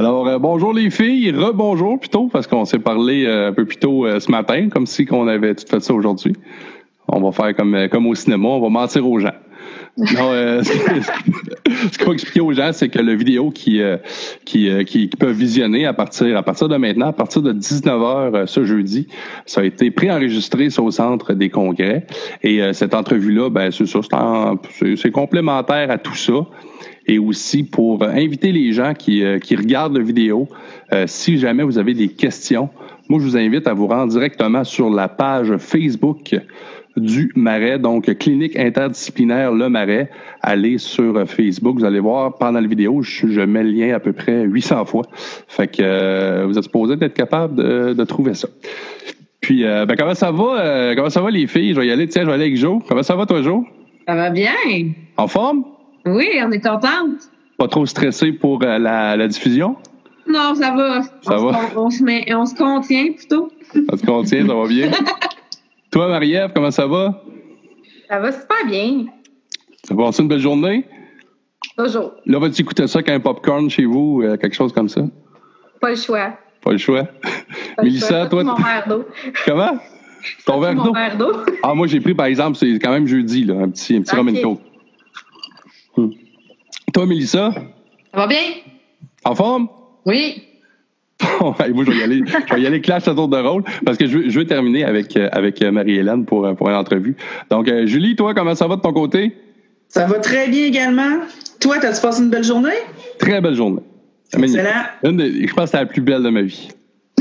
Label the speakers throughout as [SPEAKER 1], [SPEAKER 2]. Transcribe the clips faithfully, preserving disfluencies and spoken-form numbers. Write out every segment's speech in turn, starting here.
[SPEAKER 1] Alors, euh, bonjour les filles, rebonjour plutôt, parce qu'on s'est parlé euh, un peu plus tôt euh, ce matin, comme si on avait tout fait ça aujourd'hui. On va faire comme, euh, comme au cinéma, on va mentir aux gens. Non, euh, ce qu'il faut expliquer aux gens, c'est que la vidéo qui, euh, qui, euh, qui, qui peuvent visionner à partir, à partir de maintenant, à partir de dix-neuf heures euh, ce jeudi, ça a été préenregistré sur le Centre des congrès. Et euh, cette entrevue-là, ben c'est ça, c'est, en, c'est, c'est complémentaire à tout ça. Et aussi pour inviter les gens qui, euh, qui regardent la vidéo, euh, si jamais vous avez des questions, moi je vous invite à vous rendre directement sur la page Facebook du Marais, donc Clinique interdisciplinaire Le Marais. Allez sur Facebook, vous allez voir pendant la vidéo, je, je mets le lien à peu près huit cents fois. Fait que euh, vous êtes supposés être capable de, de trouver ça. Puis, euh, ben comment ça va? Euh, comment ça va les filles? Je vais y aller, tiens, je vais aller avec Jo. Comment ça va toi, Jo?
[SPEAKER 2] Ça va bien.
[SPEAKER 1] En forme?
[SPEAKER 2] Oui, on est contente.
[SPEAKER 1] Pas trop stressé pour euh, la, la diffusion?
[SPEAKER 2] Non, ça va.
[SPEAKER 1] Ça
[SPEAKER 2] on
[SPEAKER 1] va?
[SPEAKER 2] Se, on, se met, on se contient plutôt.
[SPEAKER 1] On se contient, ça va bien. Toi, Marie-Ève, comment ça va?
[SPEAKER 3] Ça va super bien.
[SPEAKER 1] Ça va passer une belle journée?
[SPEAKER 3] Toujours.
[SPEAKER 1] Là, vas-tu écouter ça avec un popcorn chez vous, euh, quelque chose comme ça?
[SPEAKER 3] Pas le choix.
[SPEAKER 1] Pas le choix.
[SPEAKER 3] Pas
[SPEAKER 1] Mélissa,
[SPEAKER 3] le choix.
[SPEAKER 1] toi...
[SPEAKER 3] Mon verre d'eau.
[SPEAKER 1] Comment? Ton verre d'eau?
[SPEAKER 3] Mon verre d'eau.
[SPEAKER 1] Ah, moi, j'ai pris, par exemple, c'est quand même jeudi, là, un petit, un petit
[SPEAKER 3] okay.
[SPEAKER 1] rum and coke. Hmm. Toi, Mélissa?
[SPEAKER 3] Ça va bien?
[SPEAKER 1] En forme?
[SPEAKER 3] Oui.
[SPEAKER 1] Bon, moi, je vais y aller, je vais y aller clash à tour de rôle parce que je veux, je veux terminer avec, avec Marie-Hélène pour, pour une entrevue. Donc, euh, Julie, toi, comment ça va de ton côté?
[SPEAKER 4] Ça va très bien également. Toi, t'as-tu passé une belle journée?
[SPEAKER 1] Très belle journée.
[SPEAKER 4] Excellent.
[SPEAKER 1] Une de, je pense que c'est la plus belle de ma vie.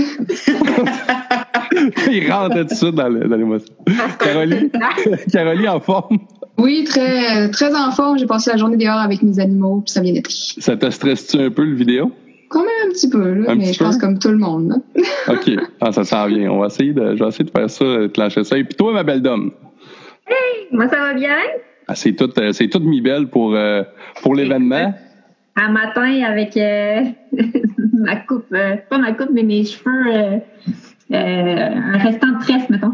[SPEAKER 1] Il rentre tout de suite dans, le, dans l'émotion. Caroline, Caroline, en forme?
[SPEAKER 5] Oui, très, très en forme. J'ai passé la journée dehors avec mes animaux, puis ça vient d'être.
[SPEAKER 1] Ça te stresse-tu un peu, le vidéo?
[SPEAKER 5] Quand même un petit peu, là, mais je peu? pense comme tout le monde. Là.
[SPEAKER 1] OK. Ah, ça sent bien. On va essayer de, je vais essayer de faire ça, de clencher ça. Et puis toi, ma belle dame?
[SPEAKER 3] Hey, moi, ça va bien?
[SPEAKER 1] Ah, c'est tout, c'est toute mi-belle pour, euh, pour l'événement.
[SPEAKER 3] Un matin, avec euh, ma coupe, euh, pas ma coupe, mais mes cheveux, euh, euh, un restant de tresse, mettons.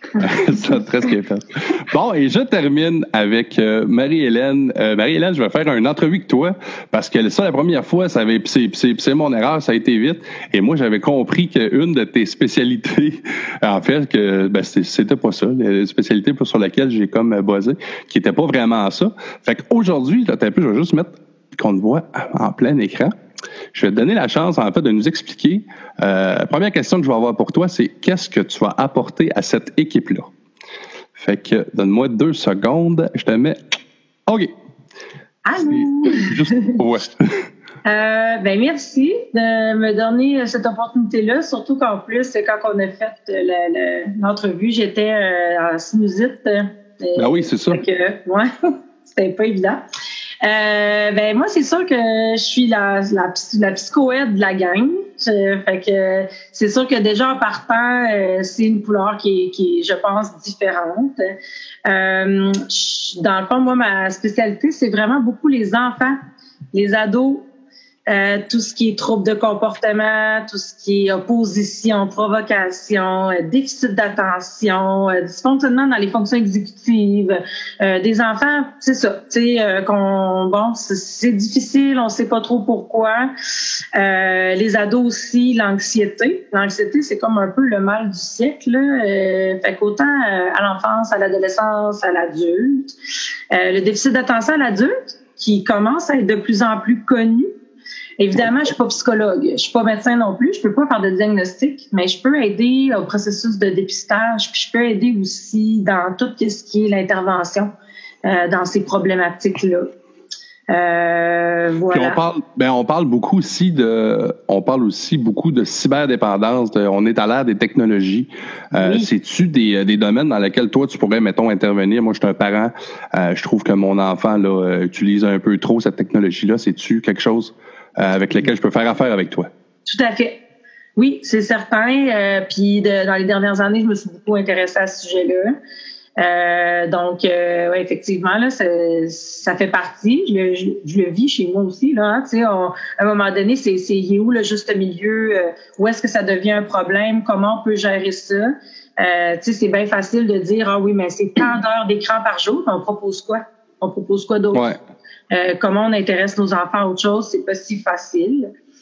[SPEAKER 1] Ça, très ce qu'elle fait. Bon, et je termine avec euh, Marie-Hélène. Euh, Marie-Hélène, je vais faire une entrevue avec toi parce que ça, la première fois, ça avait, c'est, c'est, c'est mon erreur, ça a été vite. Et moi, j'avais compris qu'une de tes spécialités, en fait, que ben, c'était, c'était pas ça, la spécialité sur laquelle j'ai comme buzzé, qui était pas vraiment ça. Fait qu'aujourd'hui, là, t'as plus, je vais juste mettre qu'on te voit en plein écran. Je vais te donner la chance, en fait, de nous expliquer. Euh, la première question que je vais avoir pour toi, c'est qu'est-ce que tu vas apporter à cette équipe-là? Fait que, donne-moi deux secondes. Je te mets... OK.
[SPEAKER 3] Allô?
[SPEAKER 1] Juste... Ouais.
[SPEAKER 3] Euh, ben merci de me donner cette opportunité-là, surtout qu'en plus, quand on a fait le, le, l'entrevue, j'étais euh, en sinusite. Euh,
[SPEAKER 1] ben oui, c'est ça.
[SPEAKER 3] Fait que, ouais, c'était pas évident. Euh, ben moi, c'est sûr que je suis la, la, la psychoède de la gang. Je, fait que c'est sûr que déjà en partant, euh, c'est une couleur qui est, qui est, je pense, différente. Euh, je, dans le fond, moi, ma spécialité, c'est vraiment beaucoup les enfants, les ados, euh, tout ce qui est troubles de comportement, tout ce qui est opposition, provocation, euh, déficit d'attention, euh, dysfonctionnement dans les fonctions exécutives, euh, des enfants, c'est ça, tu sais, euh, qu'on, bon, c'est, c'est difficile, on sait pas trop pourquoi. Euh, les ados aussi, l'anxiété. L'anxiété, c'est comme un peu le mal du siècle, là. Euh, fait qu'autant euh, à l'enfance, à l'adolescence, à l'adulte. Euh, le déficit d'attention à l'adulte, qui commence à être de plus en plus connu. Évidemment, je suis pas psychologue, je suis pas médecin non plus, je peux pas faire de diagnostic, mais je peux aider au processus de dépistage, puis je peux aider aussi dans tout ce qui est l'intervention euh, dans ces problématiques-là. Euh, voilà.
[SPEAKER 1] Puis on parle, ben on parle beaucoup aussi de, on parle aussi beaucoup de cyberdépendance. De, on est à l'ère des technologies. Euh, oui. C'est-tu des, des domaines dans lesquels toi tu pourrais, mettons, intervenir? Moi, je suis un parent. Euh, je trouve que mon enfant là utilise un peu trop cette technologie-là. C'est-tu quelque chose euh, avec lequel je peux faire affaire avec toi?
[SPEAKER 3] Tout à fait. Oui, c'est certain. Euh, puis de, dans les dernières années, je me suis beaucoup intéressée à ce sujet-là. Euh, donc, euh, ouais, effectivement, là, ça, ça fait partie. Je le, je, je le vis chez moi aussi. Là, hein, tu sais, on, à un moment donné, c'est, c'est il est où le juste milieu? Euh, où est-ce que ça devient un problème? Comment on peut gérer ça? Euh, tu sais, c'est bien facile de dire ah oui, mais c'est tant d'heures d'écran par jour. On propose quoi? On propose quoi d'autre?
[SPEAKER 1] Ouais.
[SPEAKER 3] Euh, comment on intéresse nos enfants à autre chose? C'est pas si facile.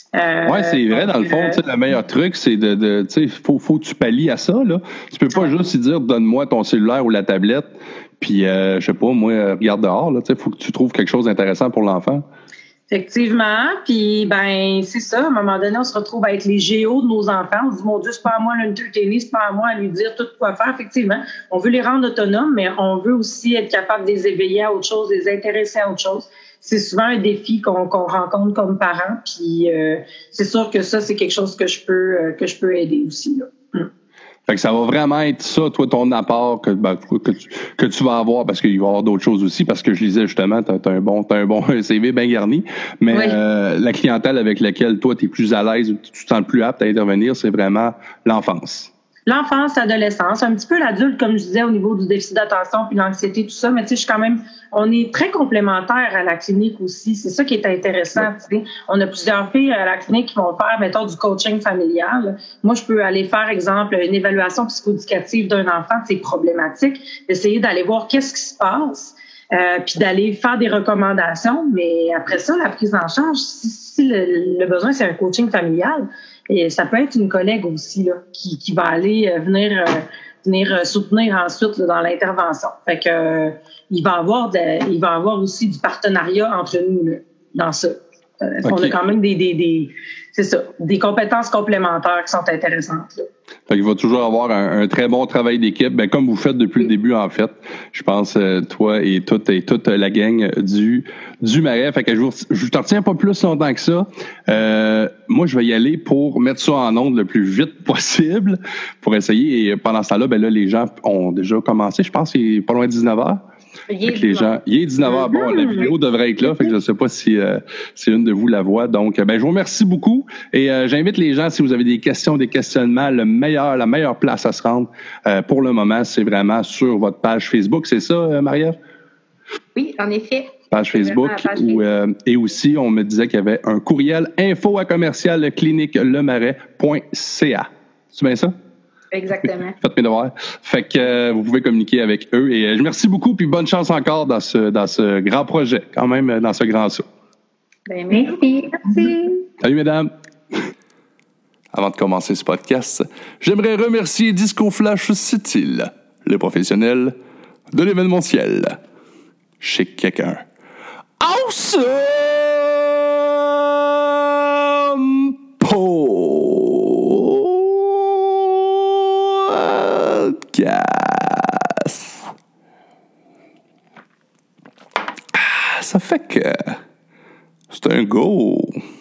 [SPEAKER 3] Euh,
[SPEAKER 1] Oui, c'est vrai, dans le fond,
[SPEAKER 3] euh,
[SPEAKER 1] tu sais, le meilleur truc, c'est de, de tu sais, faut, faut que tu pallies à ça, là. Tu peux pas juste lui dire, donne-moi ton cellulaire ou la tablette, puis, euh, je sais pas, moi, regarde dehors, là, tu sais, faut que tu trouves quelque chose d'intéressant pour l'enfant.
[SPEAKER 3] Effectivement, puis ben c'est ça, à un moment donné, on se retrouve avec les géos de nos enfants. On se dit, mon Dieu, c'est pas à moi l'entertainer, c'est pas à moi à lui dire tout quoi faire. Effectivement, on veut les rendre autonomes, mais on veut aussi être capable de les éveiller à autre chose, de les intéresser à autre chose. C'est souvent un défi qu'on, qu'on rencontre comme parents, puis euh, c'est sûr que ça, c'est quelque chose que je peux euh, que je peux aider aussi, là. Hum.
[SPEAKER 1] Fait que ça va vraiment être ça, toi, ton apport que, ben, que, tu, que tu vas avoir, parce qu'il va y avoir d'autres choses aussi, parce que je lisais justement, t'as, t'as un bon, t'as un bon C V bien garni, mais
[SPEAKER 3] Oui.
[SPEAKER 1] euh, la clientèle avec laquelle toi, t'es plus à l'aise, tu te sens plus apte à intervenir, c'est vraiment l'enfance.
[SPEAKER 3] L'enfance, l'adolescence, un petit peu l'adulte, comme je disais, au niveau du déficit d'attention puis l'anxiété, tout ça. Mais tu sais, je suis quand même, on est très complémentaires à la clinique aussi. C'est ça qui est intéressant. Tu sais, on a plusieurs filles à la clinique qui vont faire, mettons, du coaching familial. Moi, je peux aller faire, exemple, une évaluation psychoéducative d'un enfant de ses problématiques, d'essayer d'aller voir qu'est-ce qui se passe. Euh, puis d'aller faire des recommandations. Mais après ça, la prise en charge, si, si le, le besoin, c'est un coaching familial, et ça peut être une collègue aussi là, qui, qui va aller euh, venir, euh, venir soutenir ensuite là, dans l'intervention. Fait que euh, il va avoir de, il va avoir aussi du partenariat entre nous là, dans ça. Euh, okay. On a quand même des, des, des c'est ça, des compétences complémentaires qui sont intéressantes. Là.
[SPEAKER 1] Fait qu'il va toujours avoir un, un très bon travail d'équipe, ben comme vous faites depuis oui. le début en fait. Je pense euh, toi et toute et toute la gang du du Marais. Fait que je vous je t'en retiens pas plus longtemps que ça. Euh, moi je vais y aller pour mettre ça en onde le plus vite possible pour essayer. Et pendant ce temps-là, ben là les gens ont déjà commencé. Je pense qu'il est pas loin de dix-neuf heures.
[SPEAKER 3] Il est,
[SPEAKER 1] les gens, il est dix-neuf heures. Bon, la vidéo devrait être là. Fait que je ne sais pas si, euh, si une de vous la voit. Donc, ben, je vous remercie beaucoup. Et euh, j'invite les gens, si vous avez des questions, des questionnements, le meilleur, la meilleure place à se rendre euh, pour le moment, c'est vraiment sur votre page Facebook. C'est ça, euh, Marie-Ève?
[SPEAKER 6] Oui, en effet.
[SPEAKER 1] Page Facebook.
[SPEAKER 6] Page
[SPEAKER 1] où, euh, et aussi, on me disait qu'il y avait un courriel info à commercial clinique lemarais point c a. C'est bien ça?
[SPEAKER 6] Exactement.
[SPEAKER 1] Faites mes devoirs. Fait que euh, vous pouvez communiquer avec eux. Et euh, je vous remercie beaucoup, puis bonne chance encore dans ce dans ce grand projet, quand même, dans ce grand saut.
[SPEAKER 6] Ben, merci. Merci.
[SPEAKER 1] Salut, mesdames. Avant de commencer ce podcast, j'aimerais remercier Disco Flash Sept-Îles, le professionnel de l'événementiel. Chez quelqu'un. Awesome Podcast. Ah, ça fait que c'est un go.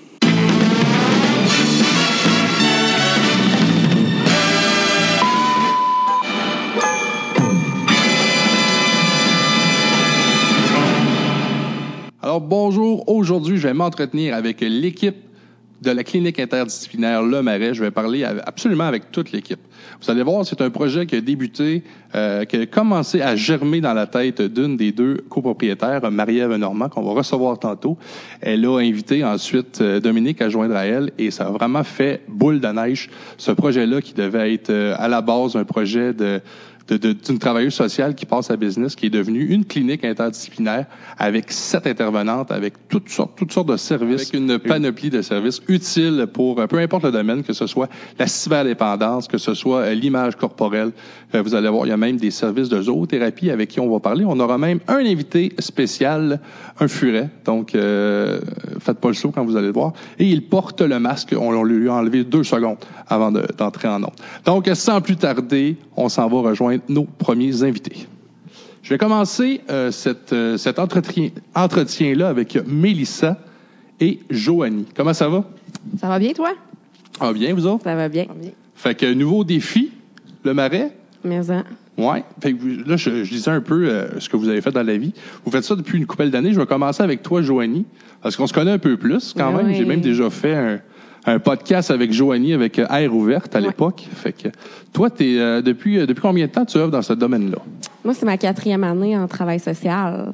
[SPEAKER 1] Alors bonjour, aujourd'hui je vais m'entretenir avec l'équipe de la clinique interdisciplinaire Le Marais. Je vais parler absolument avec toute l'équipe. Vous allez voir, c'est un projet qui a débuté, euh, qui a commencé à germer dans la tête d'une des deux copropriétaires, Marie-Ève Normand, qu'on va recevoir tantôt. Elle a invité ensuite euh, Dominique à joindre à elle et ça a vraiment fait boule de neige. Ce projet-là qui devait être euh, à la base un projet de De, de, d'une travailleuse sociale qui passe à business, qui est devenue une clinique interdisciplinaire avec sept intervenantes, avec toutes sortes, toutes sortes de services, avec une panoplie de services utiles pour peu importe le domaine, que ce soit la cyberdépendance, que ce soit l'image corporelle. Euh, vous allez voir, il y a même des services de zoothérapie avec qui on va parler. On aura même un invité spécial, un furet. Donc, euh, faites pas le saut quand vous allez le voir. Et il porte le masque. On, on lui a enlevé deux secondes avant de, d'entrer en onde. Donc, sans plus tarder, on s'en va rejoindre nos premiers invités. Je vais commencer euh, cette, euh, cet entretien, entretien-là avec Mélissa et Joanie. Comment ça va?
[SPEAKER 7] Ça va bien, toi?
[SPEAKER 1] Ah, bien, vous autres?
[SPEAKER 7] Ça va bien.
[SPEAKER 1] Fait que nouveau défi, le Marais.
[SPEAKER 7] Mais en...
[SPEAKER 1] Oui. Fait que là, je, je disais un peu euh, ce que vous avez fait dans la vie. Vous faites ça depuis une couple d'années. Je vais commencer avec toi, Joanie, parce qu'on se connaît un peu plus quand
[SPEAKER 7] oui.
[SPEAKER 1] même. J'ai même déjà fait un... un podcast avec Joanie, avec Air Ouverte à ouais. l'époque. Fait que toi, t'es, euh, depuis, euh, depuis combien de temps tu œuvres dans ce domaine-là?
[SPEAKER 7] Moi, c'est ma quatrième année en travail social.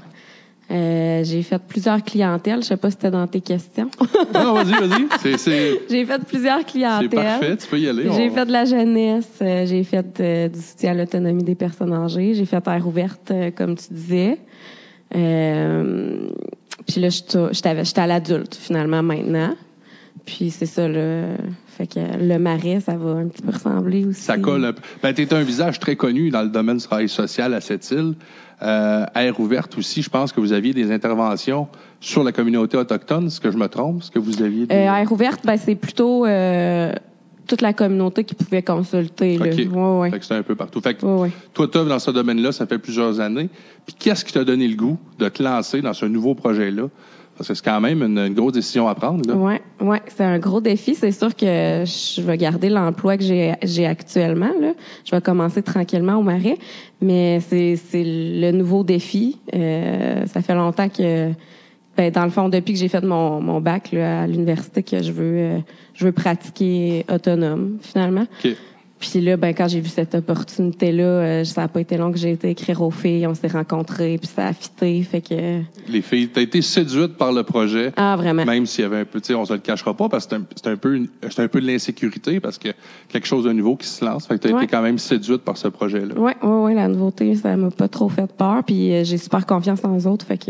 [SPEAKER 7] Euh, j'ai fait plusieurs clientèles. Je sais pas si c'était dans tes questions.
[SPEAKER 1] Non, vas-y, vas-y. C'est, c'est...
[SPEAKER 7] J'ai fait plusieurs clientèles.
[SPEAKER 1] C'est parfait, tu peux y aller.
[SPEAKER 7] J'ai
[SPEAKER 1] on...
[SPEAKER 7] fait de la jeunesse. Euh, j'ai fait euh, du soutien à l'autonomie des personnes âgées. J'ai fait Air Ouverte, euh, comme tu disais. Euh, puis là, je suis à l'adulte, finalement, maintenant. Puis c'est ça, là. Fait que le Marais, ça va un petit peu ressembler aussi.
[SPEAKER 1] Ça colle un peu. Ben, tu es un visage très connu dans le domaine du travail social à cette île. Euh, Air ouverte aussi, je pense que vous aviez des interventions sur la communauté autochtone, est-ce que je me trompe? Est-ce que vous aviez des...
[SPEAKER 7] Euh, Air ouverte, ben, c'est plutôt euh, toute la communauté qui pouvait consulter. Là.
[SPEAKER 1] OK.
[SPEAKER 7] Ouais, ouais.
[SPEAKER 1] Fait que c'est un peu partout. Fait que
[SPEAKER 7] Ouais, ouais.
[SPEAKER 1] toi, tu dans ce domaine-là, ça fait plusieurs années. Puis qu'est-ce qui t'a donné le goût de te lancer dans ce nouveau projet-là? Parce que c'est quand même une, une grosse décision à prendre. Là.
[SPEAKER 7] Ouais, ouais, c'est un gros défi. C'est sûr que je vais garder l'emploi que j'ai, j'ai actuellement. Là. Je vais commencer tranquillement au Marais, mais c'est, c'est le nouveau défi. Euh, ça fait longtemps que, ben, dans le fond, depuis que j'ai fait mon, mon bac là, à l'université, que je veux, euh, je veux pratiquer autonome finalement.
[SPEAKER 1] OK.
[SPEAKER 7] Puis là, ben quand j'ai vu cette opportunité-là, euh, ça n'a pas été long que j'ai été écrire aux filles, on s'est rencontrés, puis ça a fité, fait que...
[SPEAKER 1] Les filles, t'as été séduite par le projet.
[SPEAKER 7] Ah, vraiment?
[SPEAKER 1] Même s'il y avait un peu, tu sais, on se le cachera pas, parce que c'est un, c'est un peu, une- c'est un peu de l'insécurité, parce que quelque chose de nouveau qui se lance. Fait que t'as
[SPEAKER 7] Ouais.
[SPEAKER 1] été quand même séduite par ce projet-là.
[SPEAKER 7] Ouais, ouais, ouais, la nouveauté, ça m'a pas trop fait peur, puis euh, j'ai super confiance en eux autres, fait que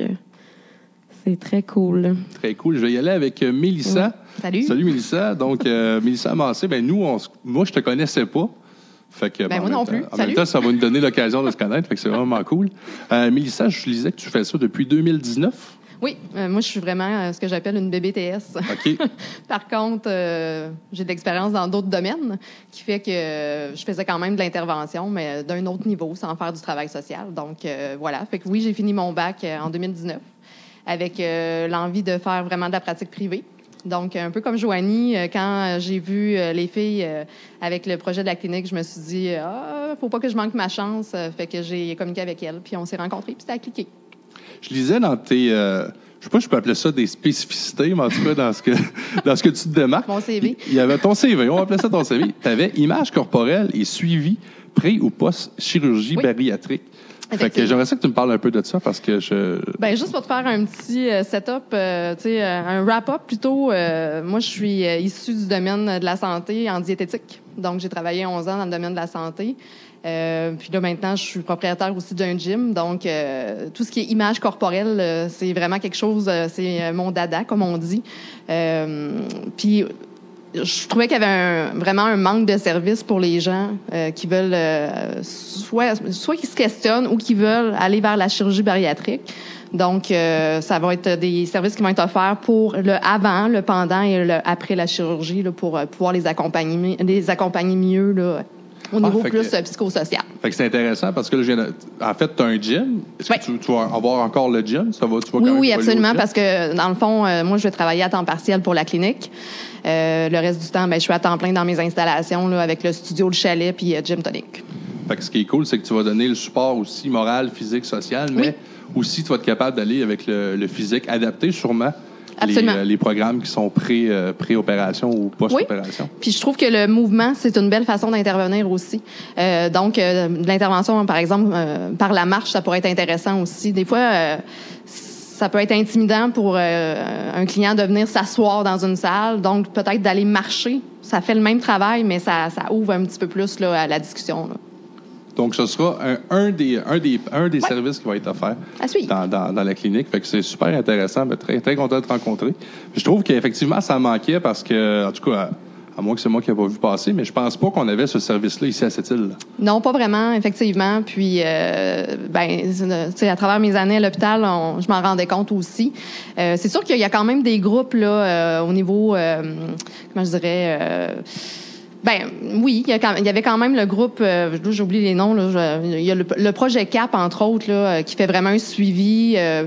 [SPEAKER 7] c'est très cool. là.
[SPEAKER 1] Très cool. Je vais y aller avec euh, Mélissa.
[SPEAKER 7] Ouais.
[SPEAKER 6] Salut.
[SPEAKER 1] Salut, Mélissa. Donc, euh, Mélissa Massé, ben nous, on, se- moi, je te connaissais pas. Fait que,
[SPEAKER 6] Ben,
[SPEAKER 1] en
[SPEAKER 6] moi
[SPEAKER 1] même
[SPEAKER 6] non
[SPEAKER 1] temps-
[SPEAKER 6] plus.
[SPEAKER 1] En
[SPEAKER 6] Salut.
[SPEAKER 1] même temps, ça va nous donner l'occasion de se connaître, fait que c'est vraiment cool. Euh, Mélissa, je disais que tu fais ça depuis deux mille dix-neuf.
[SPEAKER 6] Oui, euh, moi, je suis vraiment euh, ce que j'appelle une B B T S.
[SPEAKER 1] OK.
[SPEAKER 6] Par contre, euh, j'ai de l'expérience dans d'autres domaines qui fait que euh, je faisais quand même de l'intervention, mais d'un autre niveau, sans faire du travail social. Donc, euh, voilà. Fait que oui, j'ai fini mon bac euh, en deux mille dix-neuf avec euh, l'envie de faire vraiment de la pratique privée. Donc, un peu comme Joanie, euh, quand j'ai vu euh, les filles euh, avec le projet de la clinique, je me suis dit, ah, faut pas que je manque ma chance. Euh, Fait que j'ai communiqué avec elle, puis on s'est rencontrés, puis c'était à cliquer.
[SPEAKER 1] Je lisais dans tes... Euh, je sais pas si je peux appeler ça des spécificités, mais en tout cas, dans ce que, dans ce que tu te démarques.
[SPEAKER 6] Mon C V.
[SPEAKER 1] Il y avait ton C V, on va appeler ça ton C V. Tu avais image corporelle et suivi pré- ou post-chirurgie
[SPEAKER 6] Oui.
[SPEAKER 1] bariatrique. Fait que
[SPEAKER 6] Effectivement.
[SPEAKER 1] j'aimerais ça que tu me parles un peu de ça parce que je...
[SPEAKER 6] Ben juste pour te faire un petit euh, setup, euh, tu sais, euh, un wrap-up plutôt. euh, moi, je suis euh, issue du domaine de la santé en diététique. Donc, j'ai travaillé onze ans dans le domaine de la santé. Euh, puis là, maintenant, je suis propriétaire aussi d'un gym. Donc, euh, tout ce qui est image corporelle, euh, c'est vraiment quelque chose, euh, c'est euh, mon dada, comme on dit. Euh, puis, je trouvais qu'il y avait un, vraiment un manque de service pour les gens euh, qui veulent euh, soit, soit qui se questionnent ou qui veulent aller vers la chirurgie bariatrique. Donc, euh, ça va être des services qui vont être offerts pour le avant, le pendant et le après la chirurgie là, pour euh, pouvoir les accompagner, les accompagner mieux là, au niveau
[SPEAKER 1] fait
[SPEAKER 6] plus
[SPEAKER 1] que-
[SPEAKER 6] euh, psychosocial.
[SPEAKER 1] Fait que c'est intéressant parce que là, je viens de- en fait, tu as un gym. Est-ce
[SPEAKER 6] Ouais.
[SPEAKER 1] que tu, tu vas avoir encore le gym? Ça va, tu vas
[SPEAKER 6] Oui,
[SPEAKER 1] quand même
[SPEAKER 6] oui,
[SPEAKER 1] aller au
[SPEAKER 6] absolument,
[SPEAKER 1] gym?
[SPEAKER 6] parce que dans le fond, euh, moi, je vais travailler à temps partiel pour la clinique. Euh, le reste du temps, ben, je suis à temps plein dans mes installations là, avec le studio, le chalet puis euh, Gym Tonic.
[SPEAKER 1] Fait que ce qui est cool, c'est que tu vas donner le support aussi moral, physique, social, mais aussi tu vas être capable d'aller avec le, le physique adapté sûrement les,
[SPEAKER 6] Absolument.
[SPEAKER 1] euh, les programmes qui sont pré, euh, pré-opération ou post-opération.
[SPEAKER 6] Puis je trouve que le mouvement, c'est une belle façon d'intervenir aussi. Euh, donc, euh, de l'intervention, par exemple, euh, par la marche, ça pourrait être intéressant aussi. Des fois, euh, ça peut être intimidant pour euh, un client de venir s'asseoir dans une salle. Donc, peut-être d'aller marcher. Ça fait le même travail, mais ça, ça ouvre un petit peu plus là, à la discussion. Là.
[SPEAKER 1] Donc, ce sera un, un des, un des, un des
[SPEAKER 6] Ouais.
[SPEAKER 1] services qui va être offert
[SPEAKER 6] À suivre.
[SPEAKER 1] dans, dans, dans la clinique. Fait que c'est super intéressant. Ben, très, très content de te rencontrer. Puis je trouve qu'effectivement, ça manquait parce que, en tout cas, à, à moins que c'est moi qui n'ai pas vu passer, mais je pense pas qu'on avait ce service-là ici à cette île.
[SPEAKER 6] Non, pas vraiment, effectivement. Puis, euh, ben, tu sais, à travers mes années à l'hôpital, on- je m'en rendais compte aussi. Euh, c'est sûr qu'il y a quand même des groupes là euh, au niveau, euh, comment je dirais. Euh, Ben oui, il y, a quand- il y avait quand même le groupe, euh, là, j'ai oublié les noms, là, je- il y a le, le projet CAP, entre autres, là, euh, qui fait vraiment un suivi, euh,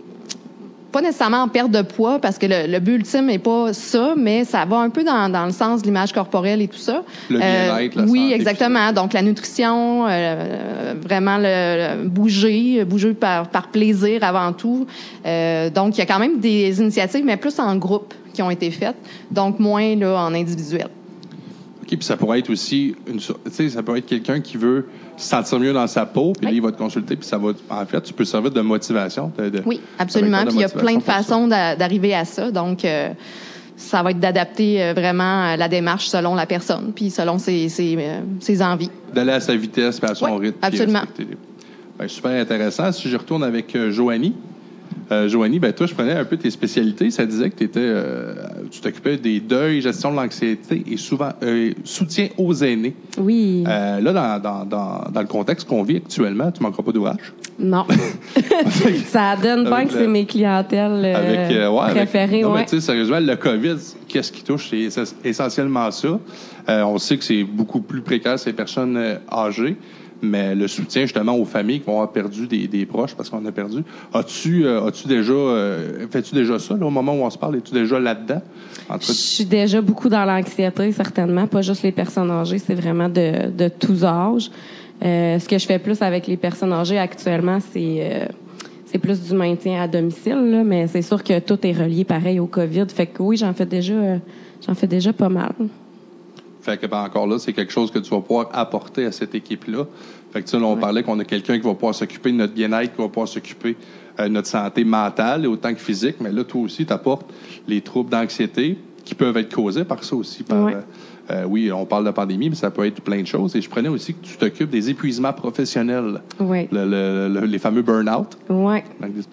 [SPEAKER 6] pas nécessairement en perte de poids, parce que le, le but ultime n'est pas ça, mais ça va un peu dans, dans le sens de l'image corporelle et tout ça.
[SPEAKER 1] Le bien-être, la
[SPEAKER 6] Oui,
[SPEAKER 1] santé,
[SPEAKER 6] exactement. Donc, la nutrition, euh, vraiment le, le bouger, bouger par, par plaisir avant tout. Euh, donc, il y a quand même des initiatives, mais plus en groupe qui ont été faites, donc moins là, en individuel.
[SPEAKER 1] OK, puis ça pourrait être aussi, une, tu sais, ça peut être quelqu'un qui veut se sentir mieux dans sa peau, puis
[SPEAKER 6] Oui.
[SPEAKER 1] là, il va te consulter, puis ça va, en fait, tu peux servir de motivation. De, de-
[SPEAKER 6] Oui, absolument.
[SPEAKER 1] ça va être
[SPEAKER 6] Puis il y a
[SPEAKER 1] de
[SPEAKER 6] plein de
[SPEAKER 1] motivation pour ça.
[SPEAKER 6] façons d'a- d'arriver à ça. Donc, euh, ça va être d'adapter euh, vraiment euh, la démarche selon la personne, puis selon ses, ses, euh, ses envies.
[SPEAKER 1] D'aller à sa vitesse, puis à son
[SPEAKER 6] Oui,
[SPEAKER 1] rythme. puis
[SPEAKER 6] absolument.
[SPEAKER 1] respecter les- Ben, super intéressant. Si je retourne avec euh, Joanie. Euh, Joanie, ben toi, je prenais un peu tes spécialités. Ça disait que t'étais, euh, tu t'occupais des deuils, gestion de l'anxiété et souvent euh, soutien aux aînés.
[SPEAKER 7] Oui.
[SPEAKER 1] Euh, là, dans, dans, dans, dans le contexte qu'on vit actuellement, tu manqueras pas d'ouvrage.
[SPEAKER 7] Non. Ça donne pas que le, c'est mes clientèles euh, avec, euh, ouais, préférées.
[SPEAKER 1] Avec, non,
[SPEAKER 7] ouais.
[SPEAKER 1] mais tu sais, sérieusement, le COVID, qu'est-ce qui touche? C'est essentiellement ça. Euh, on sait que c'est beaucoup plus précaire ces personnes euh, âgées. Mais le soutien, justement, aux familles qui vont avoir perdu des, des proches parce qu'on a perdu. As-tu, euh, as-tu déjà, euh, fais-tu déjà ça, là, au moment où on se parle? Es-tu déjà là-dedans?
[SPEAKER 7] Je suis déjà beaucoup dans l'anxiété, certainement. Pas juste les personnes âgées, c'est vraiment de, de tous âges. Euh, ce que je fais plus avec les personnes âgées actuellement, c'est, euh, c'est plus du maintien à domicile, là, mais c'est sûr que tout est relié pareil au COVID. Fait que oui, j'en fais déjà, euh, j'en fais déjà pas mal.
[SPEAKER 1] Fait que, ben, encore là, c'est quelque chose que tu vas pouvoir apporter à cette équipe-là. Fait que, tu sais, là, on ouais. parlait qu'on a quelqu'un qui va pouvoir s'occuper de notre bien-être, qui va pouvoir s'occuper euh, de notre santé mentale, autant que physique. Mais là, toi aussi, tu apportes les troubles d'anxiété qui peuvent être causés par ça aussi. Par, ouais. euh, euh, oui, on parle de pandémie, mais ça peut être plein de choses. Et je prenais aussi que tu t'occupes des épuisements professionnels.
[SPEAKER 7] Oui.
[SPEAKER 1] Le, le, le, les fameux burn-out.
[SPEAKER 7] Oui.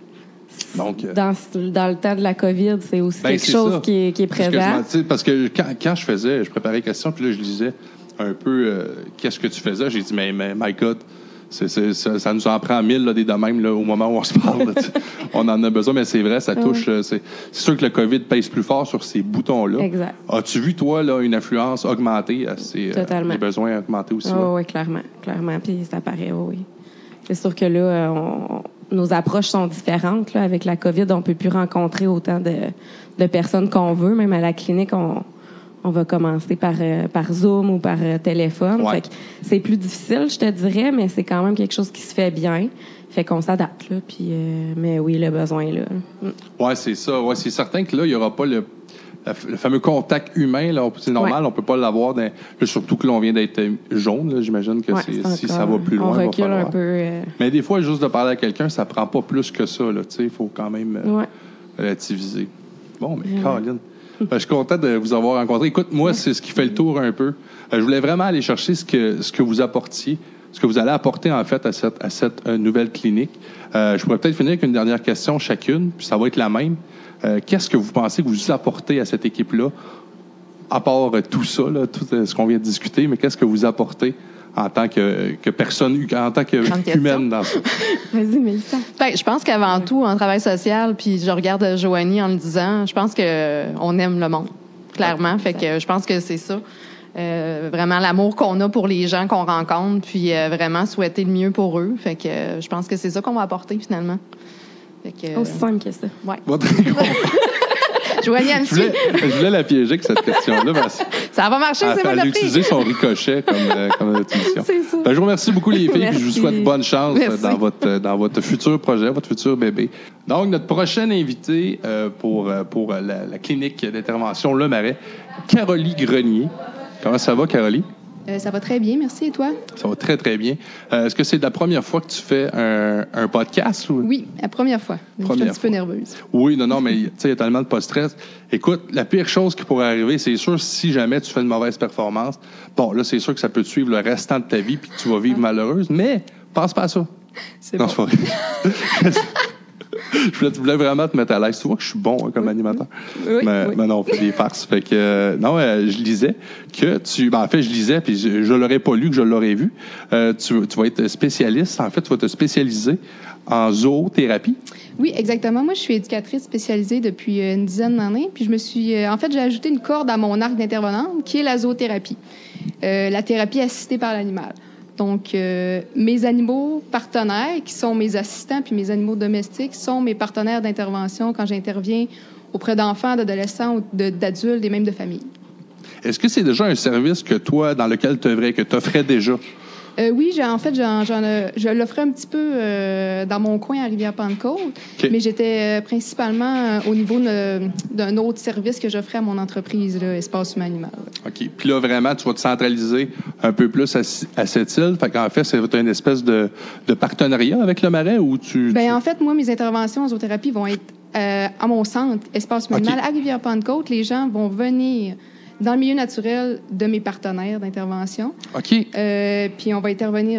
[SPEAKER 1] Donc, euh,
[SPEAKER 7] dans, dans le temps de la COVID, c'est aussi ben, quelque c'est chose qui est, qui est présent.
[SPEAKER 1] Parce que, parce que quand, quand je faisais, je préparais les questions, puis là, je lisais un peu euh, qu'est-ce que tu faisais. J'ai dit, mais, mais my God, c'est, c'est, ça, ça nous en prend mille, là, des de même, là, au moment où on se parle. Là, on en a besoin, mais c'est vrai, ça touche. Oui. C'est, c'est sûr que le COVID pèse plus fort sur ces boutons-là.
[SPEAKER 7] Exact.
[SPEAKER 1] As-tu vu, toi, là, une influence augmenter à ces euh, les besoins augmenter aussi?
[SPEAKER 7] Oh, oui, clairement. Clairement. Puis ça paraît, oh, oui. C'est sûr que là, on, nos approches sont différentes. Là. Avec la COVID, on peut plus rencontrer autant de, de personnes qu'on veut. Même à la clinique, on, on va commencer par, euh, par Zoom ou par euh, téléphone.
[SPEAKER 1] Ouais.
[SPEAKER 7] Fait que c'est plus difficile, je te dirais, mais c'est quand même quelque chose qui se fait bien. Fait qu'on s'adapte. Là, puis, euh, mais oui, le besoin est là. Mm.
[SPEAKER 1] Oui, c'est ça. Ouais, c'est certain que là, il n'y aura pas le... le fameux contact humain, là, c'est normal, ouais. on peut pas l'avoir, dans, là, surtout que l'on vient d'être jaune, là, j'imagine que
[SPEAKER 7] ouais,
[SPEAKER 1] c'est,
[SPEAKER 7] c'est
[SPEAKER 1] si ça va plus loin,
[SPEAKER 7] on recule
[SPEAKER 1] va
[SPEAKER 7] un peu. Euh...
[SPEAKER 1] Mais des fois, juste de parler à quelqu'un, ça prend pas plus que ça, là, tu sais, il faut quand même euh,
[SPEAKER 7] ouais.
[SPEAKER 1] relativiser. Bon, mais ouais. Caroline, ben, je suis content de vous avoir rencontré. Écoute, moi, c'est ce qui fait le tour un peu. Euh, je voulais vraiment aller chercher ce que, ce que vous apportiez, ce que vous allez apporter, en fait, à cette, à cette euh, nouvelle clinique. Euh, je pourrais peut-être finir avec une dernière question chacune, puis ça va être la même. Euh, qu'est-ce que vous pensez que vous apportez à cette équipe-là, à part euh, tout ça, là, tout euh, ce qu'on vient de discuter, mais qu'est-ce que vous apportez en tant que, que personne, en tant qu'humaine dans ça?
[SPEAKER 7] Vas-y, Mélissa.
[SPEAKER 6] Ben, je pense qu'avant tout, en travail social, puis je regarde Joanie en le disant, je pense qu'on aime le monde, clairement. Ah, fait que je pense que c'est ça. Euh, vraiment l'amour qu'on a pour les gens qu'on rencontre, puis euh, vraiment souhaiter le mieux pour eux. Fait que euh, je pense que c'est ça qu'on va apporter, finalement.
[SPEAKER 7] Fait que, aussi simple que ça.
[SPEAKER 6] Ouais.
[SPEAKER 1] Bon,
[SPEAKER 6] Joanie
[SPEAKER 1] je, voulais, je voulais la piéger avec cette question-là. Ben,
[SPEAKER 6] ça va marcher, c'est moi le prix.
[SPEAKER 1] Elle a utilisé son ricochet comme, euh, comme intuition.
[SPEAKER 6] C'est ça.
[SPEAKER 1] Ben, je vous remercie beaucoup, les filles, puis je vous souhaite bonne chance dans votre, dans votre futur projet, votre futur bébé. Donc, notre prochaine invitée euh, pour, pour la, la clinique d'intervention Le Marais, Carolie Grenier. Comment ça va, Carolie?
[SPEAKER 8] Euh, ça va très bien, merci. Et toi?
[SPEAKER 1] Ça va très, très bien. Euh, est-ce que c'est la première fois que tu fais un, un podcast? Ou...
[SPEAKER 8] Oui, la première fois.
[SPEAKER 1] Première
[SPEAKER 8] je suis un petit
[SPEAKER 1] fois.
[SPEAKER 8] peu nerveuse.
[SPEAKER 1] Oui, non, non, mais tu sais, il y a tellement de post-stress. Écoute, la pire chose qui pourrait arriver, c'est sûr, si jamais tu fais une mauvaise performance, bon, là, c'est sûr que ça peut te suivre le restant de ta vie puis que tu vas vivre ah. malheureuse, mais pense pas à ça.
[SPEAKER 8] C'est
[SPEAKER 1] non,
[SPEAKER 8] bon.
[SPEAKER 1] C'est je voulais vraiment te mettre à l'aise. Tu vois que je suis bon hein, comme oui, animateur.
[SPEAKER 8] Oui,
[SPEAKER 1] mais,
[SPEAKER 8] oui.
[SPEAKER 1] mais non, on fait des farces. Fait que, euh, non, euh, je lisais que tu... Ben, en fait, je lisais, puis je, je l'aurais pas lu, que je l'aurais vu. Euh, tu, tu vas être spécialiste. En fait, tu vas te spécialiser en zoothérapie.
[SPEAKER 8] Oui, exactement. Moi, je suis éducatrice spécialisée depuis une dizaine d'années. Puis je me suis... Euh, en fait, j'ai ajouté une corde à mon arc d'intervenante, qui est la zoothérapie. Euh, la thérapie assistée par l'animal. Donc, euh, mes animaux partenaires, qui sont mes assistants, puis mes animaux domestiques, sont mes partenaires d'intervention quand j'interviens auprès d'enfants, d'adolescents, ou de, d'adultes et même de familles.
[SPEAKER 1] Est-ce que c'est déjà un service que toi, dans lequel tu œuvrais, que tu offrais déjà?
[SPEAKER 8] Euh, oui, j'ai, en fait, j'en, j'en, je l'offrais un petit peu euh, dans mon coin à Rivière-Pentecôte, okay. mais j'étais euh, principalement euh, au niveau de, d'un autre service que j'offrais à mon entreprise, là, Espace Humain Animal.
[SPEAKER 1] OK. Puis là, vraiment, tu vas te centraliser un peu plus à, à cette île. Fait qu'en fait, c'est une espèce de, de partenariat avec le Marais ou tu...
[SPEAKER 8] Bien,
[SPEAKER 1] tu...
[SPEAKER 8] en fait, moi, mes interventions en zoothérapie vont être euh, à mon centre, Espace Humain okay. Animal, à Rivière-Pentecôte. Les gens vont venir dans le milieu naturel de mes partenaires d'intervention.
[SPEAKER 1] OK.
[SPEAKER 8] Euh, puis on va intervenir là,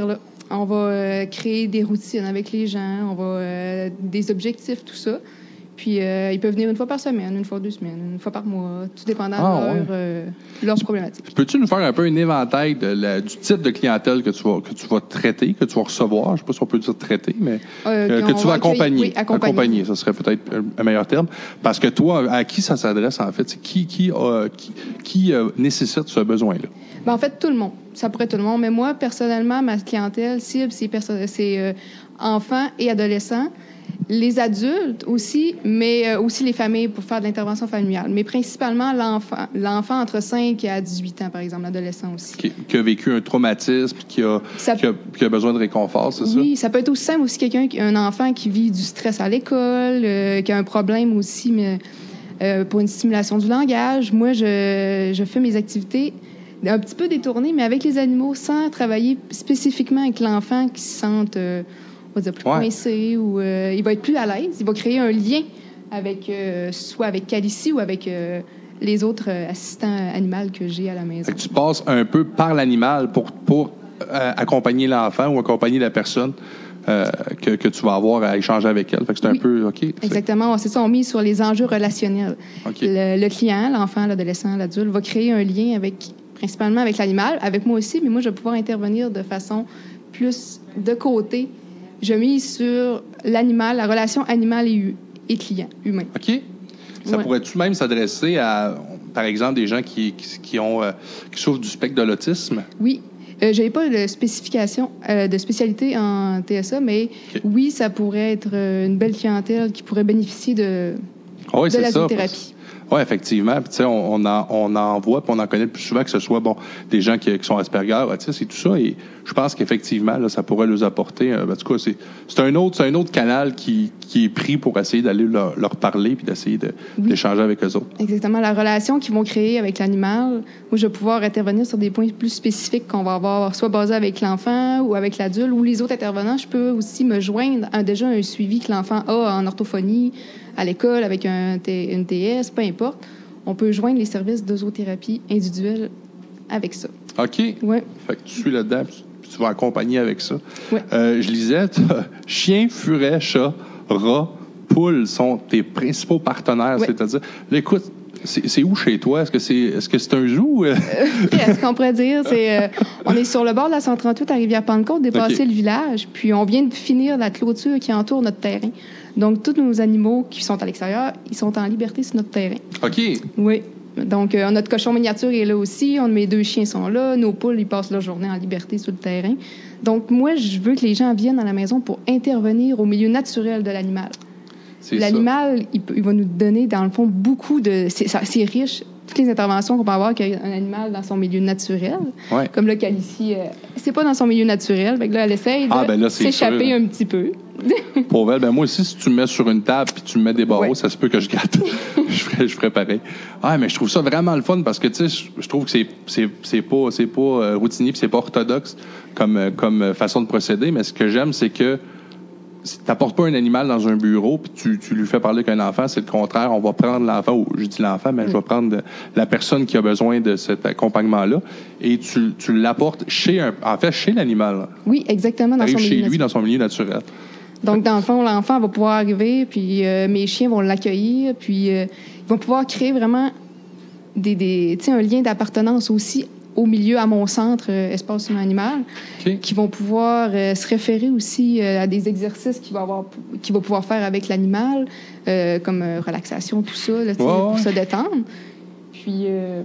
[SPEAKER 8] On va euh, créer des routines avec les gens, on va euh, des objectifs, tout ça. Puis euh, ils peuvent venir une fois par semaine, une fois deux semaines, une fois par mois, tout dépendant
[SPEAKER 1] Ah,
[SPEAKER 8] de leur,
[SPEAKER 1] ouais.
[SPEAKER 8] euh, leurs problématiques.
[SPEAKER 1] Peux-tu nous faire un peu un éventail de la, du type de clientèle que tu vas que tu vas traiter, que tu vas recevoir, je sais pas si on peut dire traiter, mais
[SPEAKER 8] Euh,
[SPEAKER 1] que, que tu vas accompagner,
[SPEAKER 8] oui, accompagner.
[SPEAKER 1] accompagner, ça serait peut-être un, un meilleur terme, parce que toi, à qui ça s'adresse en fait, c'est qui qui euh, qui, qui euh, nécessite ce besoin-là.
[SPEAKER 8] Ben, en fait, tout le monde. Ça pourrait être tout le monde. Mais moi, personnellement, ma clientèle cible, c'est, perso- c'est euh, enfants et adolescents. Les adultes aussi, mais euh, aussi les familles pour faire de l'intervention familiale. Mais principalement l'enfant. L'enfant entre cinq à dix-huit ans, par exemple, l'adolescent aussi.
[SPEAKER 1] Qui, qui a vécu un traumatisme, qui a,
[SPEAKER 8] Ça-
[SPEAKER 1] qui a, qui a besoin de réconfort, c'est ça?
[SPEAKER 8] Oui, ça peut être aussi simple aussi quelqu'un, qui- un enfant qui vit du stress à l'école, euh, qui a un problème aussi mais, euh, pour une stimulation du langage. Moi, je, je fais mes activités un petit peu détournées, mais avec les animaux, sans travailler spécifiquement avec l'enfant qui se sente, euh, on va dire, plus
[SPEAKER 1] Ouais.
[SPEAKER 8] coincé ou euh, il va être plus à l'aise. Il va créer un lien avec, euh, soit avec Calicie ou avec euh, les autres euh, assistants animaux que j'ai à la maison.
[SPEAKER 1] Fait que tu passes un peu par l'animal pour, pour euh, accompagner l'enfant ou accompagner la personne euh, que, que tu vas avoir à échanger avec elle. Fait que c'est
[SPEAKER 8] Oui.
[SPEAKER 1] un peu, OK? c'est-
[SPEAKER 8] Exactement, c'est ça, on mise sur les enjeux relationnels.
[SPEAKER 1] OK.
[SPEAKER 8] Le, le client, l'enfant, l'adolescent, l'adulte, va créer un lien avec, principalement avec l'animal, avec moi aussi, mais moi, je vais pouvoir intervenir de façon plus de côté. Je mise sur l'animal, la relation animal et, hu- et client, humain.
[SPEAKER 1] OK. Ça
[SPEAKER 8] Ouais.
[SPEAKER 1] pourrait-tu même s'adresser à, par exemple, des gens qui, qui, qui ont, euh, qui souffrent du spectre de l'autisme?
[SPEAKER 8] Oui. Euh, je n'avais pas de spécification, euh, de spécialité en T S A, mais
[SPEAKER 1] OK.
[SPEAKER 8] oui, ça pourrait être euh, une belle clientèle qui pourrait bénéficier de,
[SPEAKER 1] Oui,
[SPEAKER 8] de
[SPEAKER 1] c'est
[SPEAKER 8] la
[SPEAKER 1] ça.
[SPEAKER 8] zoothérapie.
[SPEAKER 1] Oui, effectivement. Puis, tu sais, on, on, en, on en voit, puis on en connaît plus souvent que ce soit bon des gens qui, qui sont Asperger, autistes et tout ça. Et je pense qu'effectivement, là, ça pourrait leur apporter. Euh, en tout cas, c'est, c'est un autre, c'est un autre canal qui, qui est pris pour essayer d'aller leur, leur parler puis d'essayer de,
[SPEAKER 8] Oui.
[SPEAKER 1] d'échanger avec eux autres.
[SPEAKER 8] Exactement. La relation qu'ils vont créer avec l'animal, moi, je vais pouvoir intervenir sur des points plus spécifiques qu'on va avoir, soit basés avec l'enfant ou avec l'adulte ou les autres intervenants. Je peux aussi me joindre à déjà un suivi que l'enfant a en orthophonie, à l'école, avec un T- une T S, peu importe. On peut joindre les services de zoothérapie individuelle avec ça.
[SPEAKER 1] OK.
[SPEAKER 8] Ouais.
[SPEAKER 1] Fait que tu suis là-dedans, puis tu, tu vas accompagner avec ça.
[SPEAKER 8] Ouais.
[SPEAKER 1] Euh, je lisais, t'as chien, furet, chat, rat, poule sont tes principaux partenaires.
[SPEAKER 8] Ouais.
[SPEAKER 1] C'est-à-dire, là, écoute, c'est, c'est où chez toi? Est-ce que c'est, est-ce que c'est un zoo?
[SPEAKER 8] Euh, Qu'est-ce qu'on pourrait dire? C'est, euh, on est sur le bord de la cent trente-huit à Rivière-Pentecôte, dépasser
[SPEAKER 1] OK.
[SPEAKER 8] le village, puis on vient de finir la clôture qui entoure notre terrain. Donc, tous nos animaux qui sont à l'extérieur, ils sont en liberté sur notre terrain.
[SPEAKER 1] OK.
[SPEAKER 8] Oui. Donc, euh, notre cochon miniature est là aussi. On, mes deux chiens sont là. Nos poules, ils passent leur journée en liberté sur le terrain. Donc, moi, je veux que les gens viennent à la maison pour intervenir au milieu naturel de l'animal.
[SPEAKER 1] C'est
[SPEAKER 8] L'animal, il, peut- il va nous donner, dans le fond, beaucoup de... C'est, ça- c'est riche. Toutes les interventions qu'on peut avoir avec un animal dans son milieu naturel.
[SPEAKER 1] ça. Ouais.
[SPEAKER 8] Comme là, Calicie, euh, c'est pas dans son milieu naturel. Fait que là, elle essaye de
[SPEAKER 1] Ah, ben là, c'est
[SPEAKER 8] s'échapper
[SPEAKER 1] sûr.
[SPEAKER 8] un petit peu.
[SPEAKER 1] Pour elle, ben moi aussi, si tu me mets sur une table puis tu me mets des barreaux,
[SPEAKER 8] Ouais.
[SPEAKER 1] ça se peut que je gâte. je ferais, je ferais pareil. Ah, mais je trouve ça vraiment le fun parce que, tu sais, je- je trouve que c'est, c'est, c'est pas, c'est pas euh, routinier puis c'est pas orthodoxe comme, euh, comme euh, façon de procéder. Mais ce que j'aime, c'est que si t'apportes pas un animal dans un bureau puis tu, tu lui fais parler qu'un enfant, c'est le contraire. On va prendre l'enfant, ou je dis l'enfant, mais je vais prendre de- la personne qui a besoin de cet accompagnement-là et tu, tu l'apportes chez un, en fait, chez l'animal.
[SPEAKER 8] Oui, exactement, dans son
[SPEAKER 1] T'arrives
[SPEAKER 8] milieu
[SPEAKER 1] chez lui,
[SPEAKER 8] naturel.
[SPEAKER 1] dans son milieu naturel.
[SPEAKER 8] Donc, dans le fond, l'enfant va pouvoir arriver, puis euh, mes chiens vont l'accueillir, puis euh, ils vont pouvoir créer vraiment des, des, tu sais, un lien d'appartenance aussi au milieu, à mon centre euh, espace humain animal,
[SPEAKER 1] OK.
[SPEAKER 8] qui vont pouvoir euh, se référer aussi euh, à des exercices qu'il va, avoir, qu'il va pouvoir faire avec l'animal, euh, comme euh, relaxation, tout ça, là, tu sais,
[SPEAKER 1] Ouais,
[SPEAKER 8] pour
[SPEAKER 1] ouais.
[SPEAKER 8] se détendre. Puis... euh,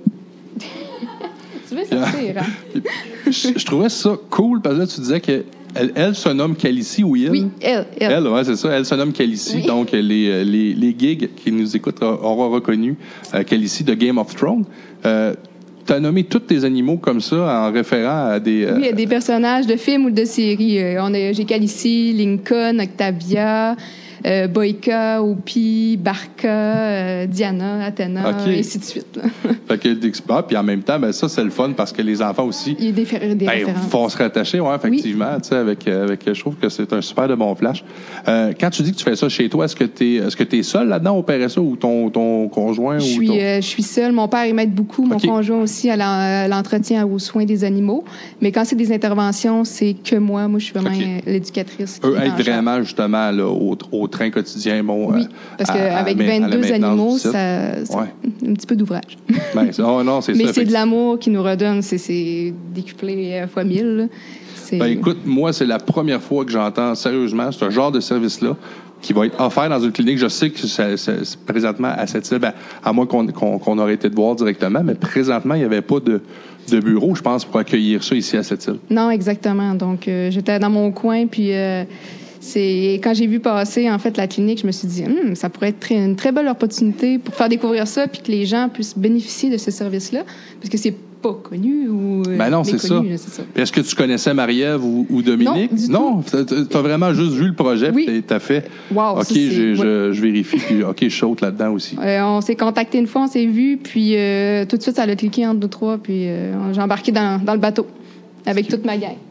[SPEAKER 8] tu veux sortir, hein?
[SPEAKER 1] je, je trouvais ça cool parce que là, tu disais que elle, elle se nomme Calicie ou il?
[SPEAKER 8] Oui, elle, elle.
[SPEAKER 1] Elle, ouais, c'est ça. Elle se nomme Calicie.
[SPEAKER 8] Oui.
[SPEAKER 1] Donc, les, les, les gigs qui nous écoutent auront reconnu euh, Calicie de Game of Thrones. Euh, tu as nommé tous tes animaux comme ça en référant à des... euh,
[SPEAKER 8] Oui, il y a des personnages de films ou de séries. Euh, on a, j'ai Calicie, Lincoln, Octavia, euh, Boïka, Opi, Barca, euh, Diana, Athéna,
[SPEAKER 1] Okay.
[SPEAKER 8] et ainsi de suite.
[SPEAKER 1] Fait que d'expert, puis en même temps, ben ça, c'est le fun parce que les enfants aussi
[SPEAKER 8] Il y a des, fé- des
[SPEAKER 1] ben,
[SPEAKER 8] références.
[SPEAKER 1] vont se rattacher, ouais, effectivement, tu sais, avec, euh, avec, je trouve que c'est un super de bon flash. Euh, quand tu dis que tu fais ça chez toi, est-ce que tu es, est-ce que tu es seul là-dedans au Père S A ou ton, ton conjoint?
[SPEAKER 8] Je
[SPEAKER 1] ou
[SPEAKER 8] suis,
[SPEAKER 1] ton...
[SPEAKER 8] euh, je suis seule. Mon père, il m'aide beaucoup. Mon
[SPEAKER 1] Okay.
[SPEAKER 8] conjoint aussi à l'en- à l'entretien, aux soins des animaux. Mais quand c'est des interventions, c'est que moi. Moi, je suis vraiment
[SPEAKER 1] Okay.
[SPEAKER 8] euh, l'éducatrice. qui
[SPEAKER 1] Eux
[SPEAKER 8] est en
[SPEAKER 1] aident
[SPEAKER 8] charge.
[SPEAKER 1] vraiment, justement, là, au, au train quotidien. Bon,
[SPEAKER 8] Oui,
[SPEAKER 1] euh,
[SPEAKER 8] parce
[SPEAKER 1] à- à-
[SPEAKER 8] qu'avec
[SPEAKER 1] à la
[SPEAKER 8] vingt-deux
[SPEAKER 1] maintenance
[SPEAKER 8] animaux,
[SPEAKER 1] du site.
[SPEAKER 8] ça, ça
[SPEAKER 1] Ouais.
[SPEAKER 8] un petit peu d'ouvrage.
[SPEAKER 1] Ben, c'est- oh, non, c'est
[SPEAKER 8] Mais
[SPEAKER 1] ça,
[SPEAKER 8] c'est de
[SPEAKER 1] effectivement.
[SPEAKER 8] l'amour qui nous redonne. C'est, c'est décuplé euh, fois mille. là. C'est...
[SPEAKER 1] Ben, écoute, moi, c'est la première fois que j'entends sérieusement ce genre de service-là qui va être offert dans une clinique. Je sais que ça, ça, c'est présentement à cette île, ben, à moins qu'on, qu'on, qu'on aurait été de voir directement, mais présentement, il n'y avait pas de, de bureau, je pense, pour accueillir ça ici à cette île.
[SPEAKER 8] Non, exactement. Donc, euh, j'étais dans mon coin, puis euh, c'est quand j'ai vu passer, en fait, la clinique, je me suis dit, Hum, ça pourrait être très- une très belle opportunité pour faire découvrir ça, puis que les gens puissent bénéficier de ce service-là, parce que c'est pas connu ou euh,
[SPEAKER 1] Ben non, c'est
[SPEAKER 8] méconnu,
[SPEAKER 1] ça.
[SPEAKER 8] là, c'est ça.
[SPEAKER 1] Puis est-ce que tu connaissais Marie-Ève ou, ou Dominique?
[SPEAKER 8] Non, du tout.
[SPEAKER 1] Tu as vraiment juste vu le projet,
[SPEAKER 8] Oui.
[SPEAKER 1] puis tu as fait,
[SPEAKER 8] Wow,
[SPEAKER 1] OK,
[SPEAKER 8] ça, c'est-
[SPEAKER 1] j'ai-
[SPEAKER 8] ouais.
[SPEAKER 1] je, je vérifie, puis OK, je saute là-dedans aussi.
[SPEAKER 8] Euh, on s'est contacté une fois, on s'est vu, puis euh, tout de suite, ça a cliqué entre nous trois, puis euh, j'ai embarqué dans, dans le bateau avec toute ma gang.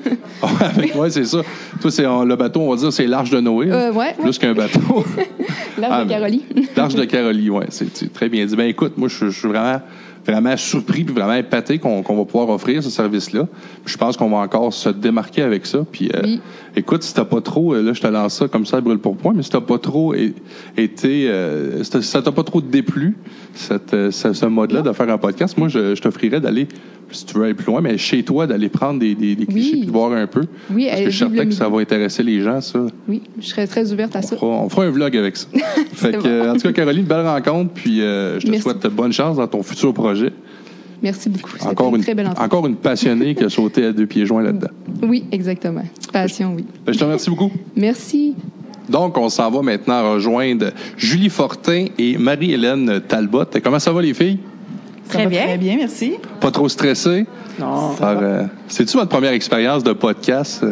[SPEAKER 1] Oui, c'est ça. Toi, c'est euh, le bateau, on va dire, c'est l'Arche de Noé. là.
[SPEAKER 8] Euh, ouais,
[SPEAKER 1] Plus
[SPEAKER 8] ouais.
[SPEAKER 1] qu'un bateau.
[SPEAKER 8] L'Arche
[SPEAKER 1] Ah,
[SPEAKER 8] de
[SPEAKER 1] mais-
[SPEAKER 8] Carolie.
[SPEAKER 1] L'Arche de Carolie, oui, c'est, c'est très bien dit. Ben écoute, moi, je, je suis vraiment, vraiment surpris puis vraiment épaté qu'on, qu'on va pouvoir offrir ce service-là. Puis je pense qu'on va encore se démarquer avec ça. Puis euh,
[SPEAKER 8] Oui.
[SPEAKER 1] écoute, si t'as pas trop, euh, là, je te lance ça comme ça, à brûle pour point, mais si t'as pas trop é- été, euh, si t'as- si ça t'a pas trop déplu, cette, euh, ce, ce mode-là de faire un podcast, moi, je, je t'offrirais d'aller, si tu veux aller plus loin, mais chez toi, d'aller prendre des, des, des clichés
[SPEAKER 8] Oui.
[SPEAKER 1] puis de voir un peu.
[SPEAKER 8] Oui,
[SPEAKER 1] Parce que
[SPEAKER 8] euh,
[SPEAKER 1] je suis
[SPEAKER 8] vive
[SPEAKER 1] certain
[SPEAKER 8] le
[SPEAKER 1] que ça
[SPEAKER 8] milieu.
[SPEAKER 1] va intéresser les gens, ça.
[SPEAKER 8] Oui, je serais très ouverte à
[SPEAKER 1] On
[SPEAKER 8] ça.
[SPEAKER 1] fera, on fera un vlog avec ça. fait que,
[SPEAKER 8] bon.
[SPEAKER 1] euh, en tout cas, Caroline, belle rencontre, puis euh, je te
[SPEAKER 8] Merci.
[SPEAKER 1] souhaite bonne chance dans ton futur projet.
[SPEAKER 8] Merci beaucoup. C'était
[SPEAKER 1] Encore
[SPEAKER 8] une
[SPEAKER 1] une,
[SPEAKER 8] très belle entrevue.
[SPEAKER 1] encore une passionnée qui a sauté à deux pieds joints là-dedans.
[SPEAKER 8] Oui, exactement. Passion, oui.
[SPEAKER 1] Ben, je te remercie beaucoup.
[SPEAKER 8] Merci.
[SPEAKER 1] Donc, on s'en va maintenant rejoindre Julie Fortin et Marie-Hélène Talbot. Comment ça va, les filles?
[SPEAKER 4] Ça
[SPEAKER 7] Très
[SPEAKER 4] va
[SPEAKER 7] bien.
[SPEAKER 4] Très bien, merci.
[SPEAKER 1] Pas trop stressé?
[SPEAKER 7] Non.
[SPEAKER 1] Par, euh, c'est-tu votre première expérience de podcast?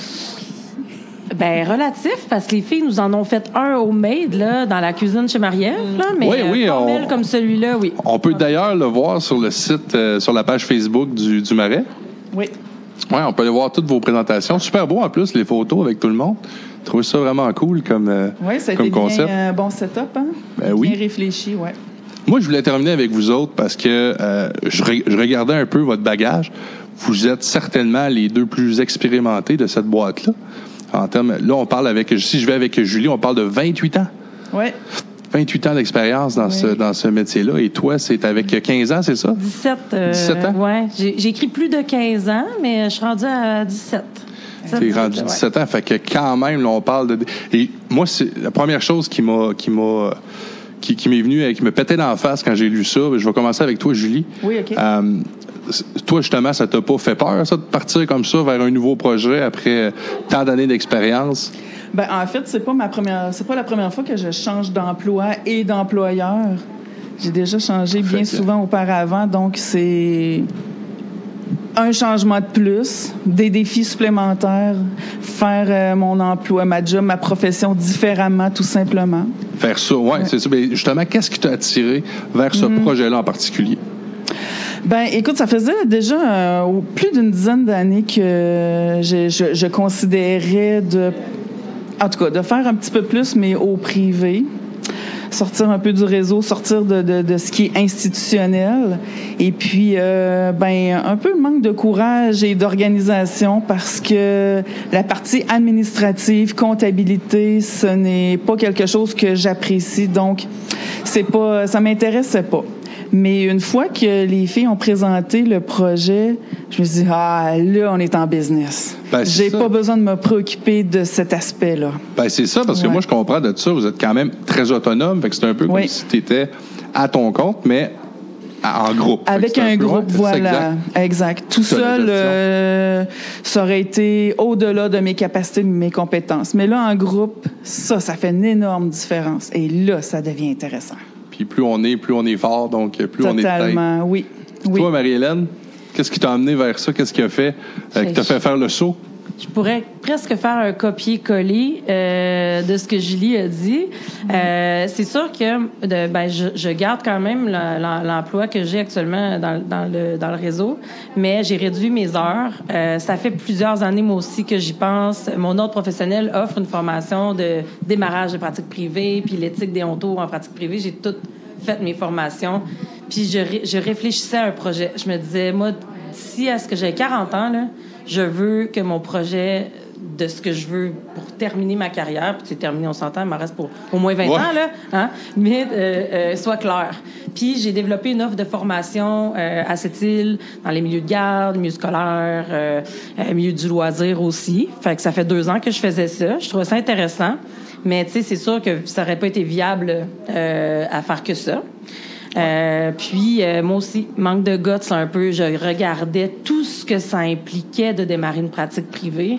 [SPEAKER 7] Ben, relatif, parce que les filles nous en ont fait un homemade, là, dans la cuisine chez Marie-Ève, là, mais
[SPEAKER 1] Oui, oui,
[SPEAKER 7] euh, formel
[SPEAKER 1] on-
[SPEAKER 7] comme celui-là, oui.
[SPEAKER 1] On peut d'ailleurs le voir sur le site, euh, sur la page Facebook du, du Marais.
[SPEAKER 4] Oui.
[SPEAKER 1] Oui, on peut aller voir toutes vos présentations. Super beau en plus, les photos avec tout le monde. Je trouve ça vraiment cool comme, euh,
[SPEAKER 4] Oui, ça a
[SPEAKER 1] comme
[SPEAKER 4] été
[SPEAKER 1] concept.
[SPEAKER 4] bien un bon setup, hein?
[SPEAKER 1] Ben
[SPEAKER 4] bien
[SPEAKER 1] oui.
[SPEAKER 4] réfléchi, oui.
[SPEAKER 1] Moi, je voulais terminer avec vous autres parce que euh, je, re- je regardais un peu votre bagage. Vous êtes certainement les deux plus expérimentés de cette boîte-là. En termes, là, on parle avec, si je vais avec Julie, on parle de vingt-huit ans.
[SPEAKER 4] Oui.
[SPEAKER 1] vingt-huit ans d'expérience dans,
[SPEAKER 4] Oui.
[SPEAKER 1] ce, dans ce métier-là. Et toi, c'est avec quinze ans, c'est ça?
[SPEAKER 7] dix-sept. Euh,
[SPEAKER 1] dix-sept ans?
[SPEAKER 7] Ouais. J'ai, j'ai écrit plus de quinze ans, mais je suis rendue à dix-sept.
[SPEAKER 1] T'es rendu
[SPEAKER 7] ouais.
[SPEAKER 1] dix-sept ans. Fait que quand même, là, on parle de... Et moi, c'est la première chose qui m'a... Qui m'a qui, qui m'est venue, qui me pétait dans la face quand j'ai lu ça. Je vais commencer avec toi, Julie.
[SPEAKER 4] Oui, OK.
[SPEAKER 1] Euh, toi, justement, ça t'a pas fait peur, ça, de partir comme ça vers un nouveau projet après tant d'années d'expérience?
[SPEAKER 4] Ben, en fait, c'est pas ma première, c'est pas la première fois que je change d'emploi et d'employeur. J'ai déjà changé bien
[SPEAKER 1] que-
[SPEAKER 4] souvent auparavant, donc c'est un changement de plus, des défis supplémentaires, faire euh, mon emploi, ma job, ma profession différemment, tout simplement.
[SPEAKER 1] Faire ça, ouais, c'est ça. Mais justement, qu'est-ce qui t'a attiré vers ce projet-là en particulier?
[SPEAKER 4] Ben, écoute, ça faisait déjà euh, plus d'une dizaine d'années que je, je, je considérais de, en tout cas, de faire un petit peu plus, mais au privé. Sortir un peu du réseau, sortir de, de, de ce qui est institutionnel. Et puis, euh, ben, un peu manque de courage et d'organisation parce que la partie administrative, comptabilité, ce n'est pas quelque chose que j'apprécie. Donc, c'est pas, ça m'intéressait pas. Mais une fois que les filles ont présenté le projet, je me suis dit, ah, là, on est en business.
[SPEAKER 1] Ben, c'est
[SPEAKER 4] J'ai
[SPEAKER 1] ça.
[SPEAKER 4] pas besoin de me préoccuper de cet aspect-là.
[SPEAKER 1] Ben, c'est ça, parce que
[SPEAKER 4] Ouais.
[SPEAKER 1] moi, je comprends de ça. Vous êtes quand même très autonome. Fait que c'est un peu
[SPEAKER 4] Oui.
[SPEAKER 1] comme si tu étais à ton compte, mais à- en groupe. Fait que
[SPEAKER 4] Avec
[SPEAKER 1] c'est
[SPEAKER 4] un
[SPEAKER 1] peu-
[SPEAKER 4] groupe,
[SPEAKER 1] ouais, c'est
[SPEAKER 4] voilà.
[SPEAKER 1] exact.
[SPEAKER 4] Exact. Tout
[SPEAKER 1] Ça, la
[SPEAKER 4] seul,
[SPEAKER 1] gestion.
[SPEAKER 4] euh, ça aurait été au-delà de mes capacités, de mes compétences. Mais là, en groupe, ça, ça fait une énorme différence. Et là, ça devient intéressant.
[SPEAKER 1] Puis plus on est, plus on est fort, donc plus on est de tête.
[SPEAKER 4] Totalement, oui. Oui.
[SPEAKER 1] Toi, Marie-Hélène, qu'est-ce qui t'a amené vers ça? Qu'est-ce qui a fait, euh, qui t'a fait faire le saut?
[SPEAKER 7] je pourrais presque faire un copier-coller euh, de ce que Julie a dit. Euh, c'est sûr que de, ben, je, je garde quand même la, la, l'emploi que j'ai actuellement dans, dans, le, dans le réseau, mais j'ai réduit mes heures. Euh, ça fait plusieurs années, moi aussi, que j'y pense. Mon ordre professionnel offre une formation de démarrage de pratique privée, puis l'éthique déonto en pratique privée. J'ai tout fait mes formations. Puis je, ré, je réfléchissais à un projet. Je me disais, moi, d'ici à ce que j'ai quarante ans, là, je veux que mon projet de ce que je veux pour terminer ma carrière, puis c'est terminé, on s'entend, il m'en reste pour au moins vingt ouais. ans, là, hein, mais euh, euh, soit clair. Puis j'ai développé une offre de formation euh, à cette île, dans les milieux de garde, milieux scolaires, euh, euh, milieu du loisir aussi. Fait que ça fait deux ans que je faisais ça. Je trouvais ça intéressant, mais tu sais, c'est sûr que ça aurait pas été viable euh, à faire que ça. Euh, puis euh, moi aussi, manque de guts un peu, je regardais tout ce que ça impliquait de démarrer une pratique privée.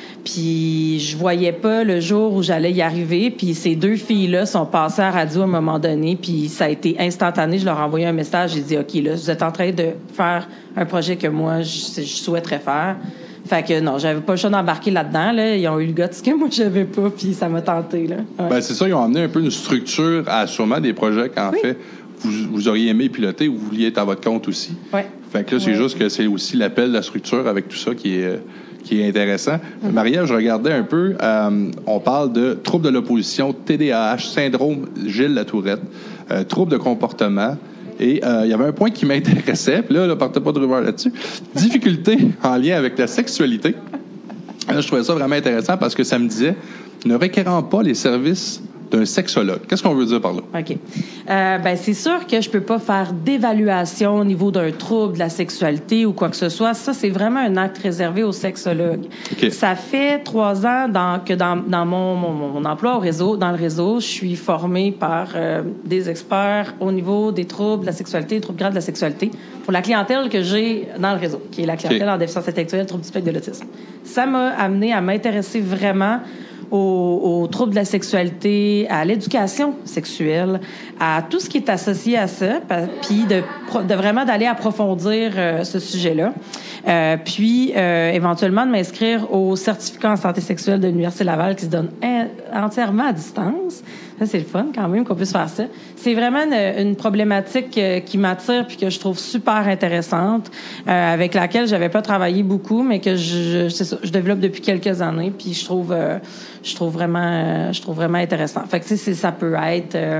[SPEAKER 7] Puis je voyais pas le jour où j'allais y arriver. Puis ces deux filles-là sont passées à la radio à un moment donné. Puis ça a été instantané. Je leur ai envoyé un message. J'ai dit, OK, là, vous êtes en train de faire un projet que moi, je, je souhaiterais faire. Fait que non, j'avais pas le choix d'embarquer là-dedans. Là. Ils ont eu le guts que moi, j'avais pas. Puis ça m'a tenté. Là. Ouais.
[SPEAKER 1] Ben, c'est ça, ils ont amené un peu une structure à sûrement des projets qu'en oui. fait, vous, vous auriez aimé piloter ou vous vouliez être à votre compte aussi.
[SPEAKER 7] Oui.
[SPEAKER 1] Fait que là, c'est ouais. juste que c'est aussi l'appel de la structure avec tout ça qui est... qui est intéressant. Mm-hmm. Maria, je regardais un peu, euh, on parle de troubles de l'opposition, T D A H, syndrome Gilles-Latourette, euh, troubles de comportement, et euh, il y avait un point qui m'intéressait, puis là, ne partez pas de rumeur là-dessus, difficultés en lien avec la sexualité. Là, je trouvais ça vraiment intéressant parce que ça me disait, ne requérant pas les services d'un sexologue. Qu'est-ce qu'on veut dire par là?
[SPEAKER 7] OK. Euh, ben, c'est sûr que je peux pas faire d'évaluation au niveau d'un trouble de la sexualité ou quoi que ce soit. Ça, c'est vraiment un acte réservé aux sexologues. Okay. Ça fait trois ans dans, que dans, dans mon, mon, mon emploi au réseau, dans le réseau, je suis formée par euh, des experts au niveau des troubles de la sexualité, des troubles graves de la sexualité, pour la clientèle que j'ai dans le réseau, qui est la clientèle okay. en déficience intellectuelle, troubles du spectre de l'autisme. Ça m'a amené à m'intéresser vraiment Aux, aux troubles de la sexualité, à l'éducation sexuelle, à tout ce qui est associé à ça, puis de, de vraiment d'aller approfondir euh, ce sujet-là. Euh, puis, euh, éventuellement, de m'inscrire au certificat en santé sexuelle de l'Université Laval qui se donne in- entièrement à distance. Ça, c'est le fun quand même qu'on puisse faire ça. C'est vraiment une, une problématique euh, qui m'attire puis que je trouve super intéressante, euh, avec laquelle j'avais pas travaillé beaucoup, mais que je, je, c'est ça, je développe depuis quelques années. Puis je trouve, euh, je trouve vraiment, euh, je trouve vraiment intéressant. Fait que tu sais, ça peut être, euh,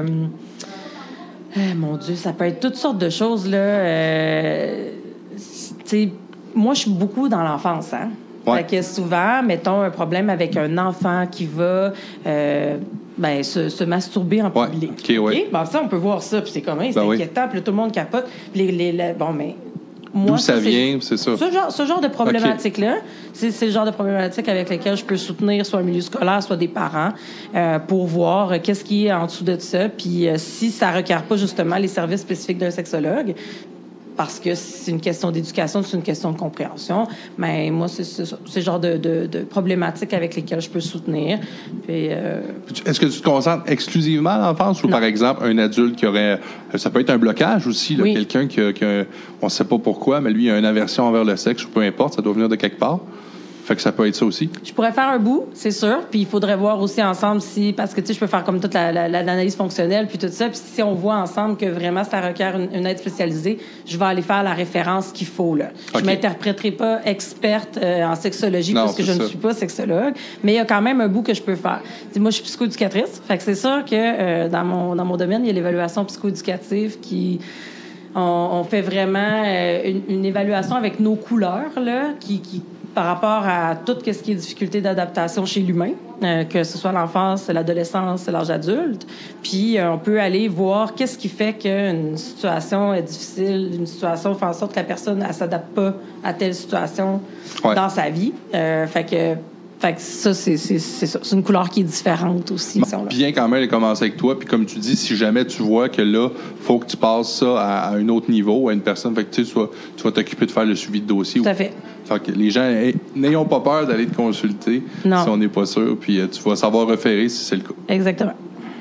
[SPEAKER 7] euh, mon Dieu, ça peut être toutes sortes de choses là. Euh, tu sais, moi, je suis beaucoup dans l'enfance, hein. Ouais. Fait que souvent, mettons un problème avec un enfant qui va euh, ben, se, se masturber en
[SPEAKER 1] ouais.
[SPEAKER 7] public.
[SPEAKER 1] Okay, ouais.
[SPEAKER 7] Okay? Ben, ça, on peut voir ça, puis c'est comme, hein, c'est ben inquiétant, oui. Puis là, tout le monde capote. Les, les, les, bon, mais moi,
[SPEAKER 1] d'où ça,
[SPEAKER 7] ça
[SPEAKER 1] vient, c'est, c'est ça.
[SPEAKER 7] Ce genre, ce genre de problématique-là, okay. c'est, c'est le genre de problématique avec lesquelles je peux soutenir soit un milieu scolaire, soit des parents, euh, pour voir euh, qu'est-ce qui est en dessous de ça, puis euh, si ça ne requiert pas justement les services spécifiques d'un sexologue, parce que c'est une question d'éducation, c'est une question de compréhension. Mais moi, c'est, c'est, c'est le genre de, de, de problématiques avec lesquelles je peux soutenir. Puis, euh...
[SPEAKER 1] Est-ce que tu te concentres exclusivement à l'enfance ou, non. par exemple, un adulte qui aurait... Ça peut être un blocage aussi, là, oui. quelqu'un qui a, qui a... On ne sait pas pourquoi, mais lui, il a une aversion envers le sexe, ou peu importe, ça doit venir de quelque part. Fait que ça peut être ça aussi.
[SPEAKER 7] Je pourrais faire un bout, c'est sûr. Puis il faudrait voir aussi ensemble si... Parce que, tu sais, je peux faire comme toute la, la, l'analyse fonctionnelle puis tout ça. Puis si on voit ensemble que vraiment ça requiert une, une aide spécialisée, je vais aller faire la référence qu'il faut, là. Okay. Je m'interpréterai pas experte euh, en sexologie non, parce que je ça. ne suis pas sexologue. Mais il y a quand même un bout que je peux faire. T'sais, moi, je suis psychoéducatrice. Fait que c'est sûr que euh, dans mon dans mon domaine, il y a l'évaluation psychoéducative qui... On, on fait vraiment euh, une, une évaluation avec nos couleurs, là, qui... qui par rapport à tout ce qui est difficulté d'adaptation chez l'humain, euh, que ce soit l'enfance, l'adolescence, l'âge adulte. Puis, euh, on peut aller voir qu'est-ce qui fait qu'une situation est difficile, une situation fait en sorte que la personne ne s'adapte pas à telle situation ouais. dans sa vie. Euh, fait que Fait que ça, c'est, c'est, c'est ça. C'est une couleur qui est différente aussi.
[SPEAKER 1] Bon, bien quand même de commencer avec toi. Puis comme tu dis, si jamais tu vois que là, faut que tu passes ça à, à un autre niveau, à une personne, fait que tu sais, tu vas, tu vas t'occuper de faire le suivi de dossier.
[SPEAKER 7] Tout à fait.
[SPEAKER 1] Fait que les gens, hey, n'ayons pas peur d'aller te consulter non. si on n'est pas sûr. Puis euh, tu vas savoir référer si c'est le cas.
[SPEAKER 7] Exactement.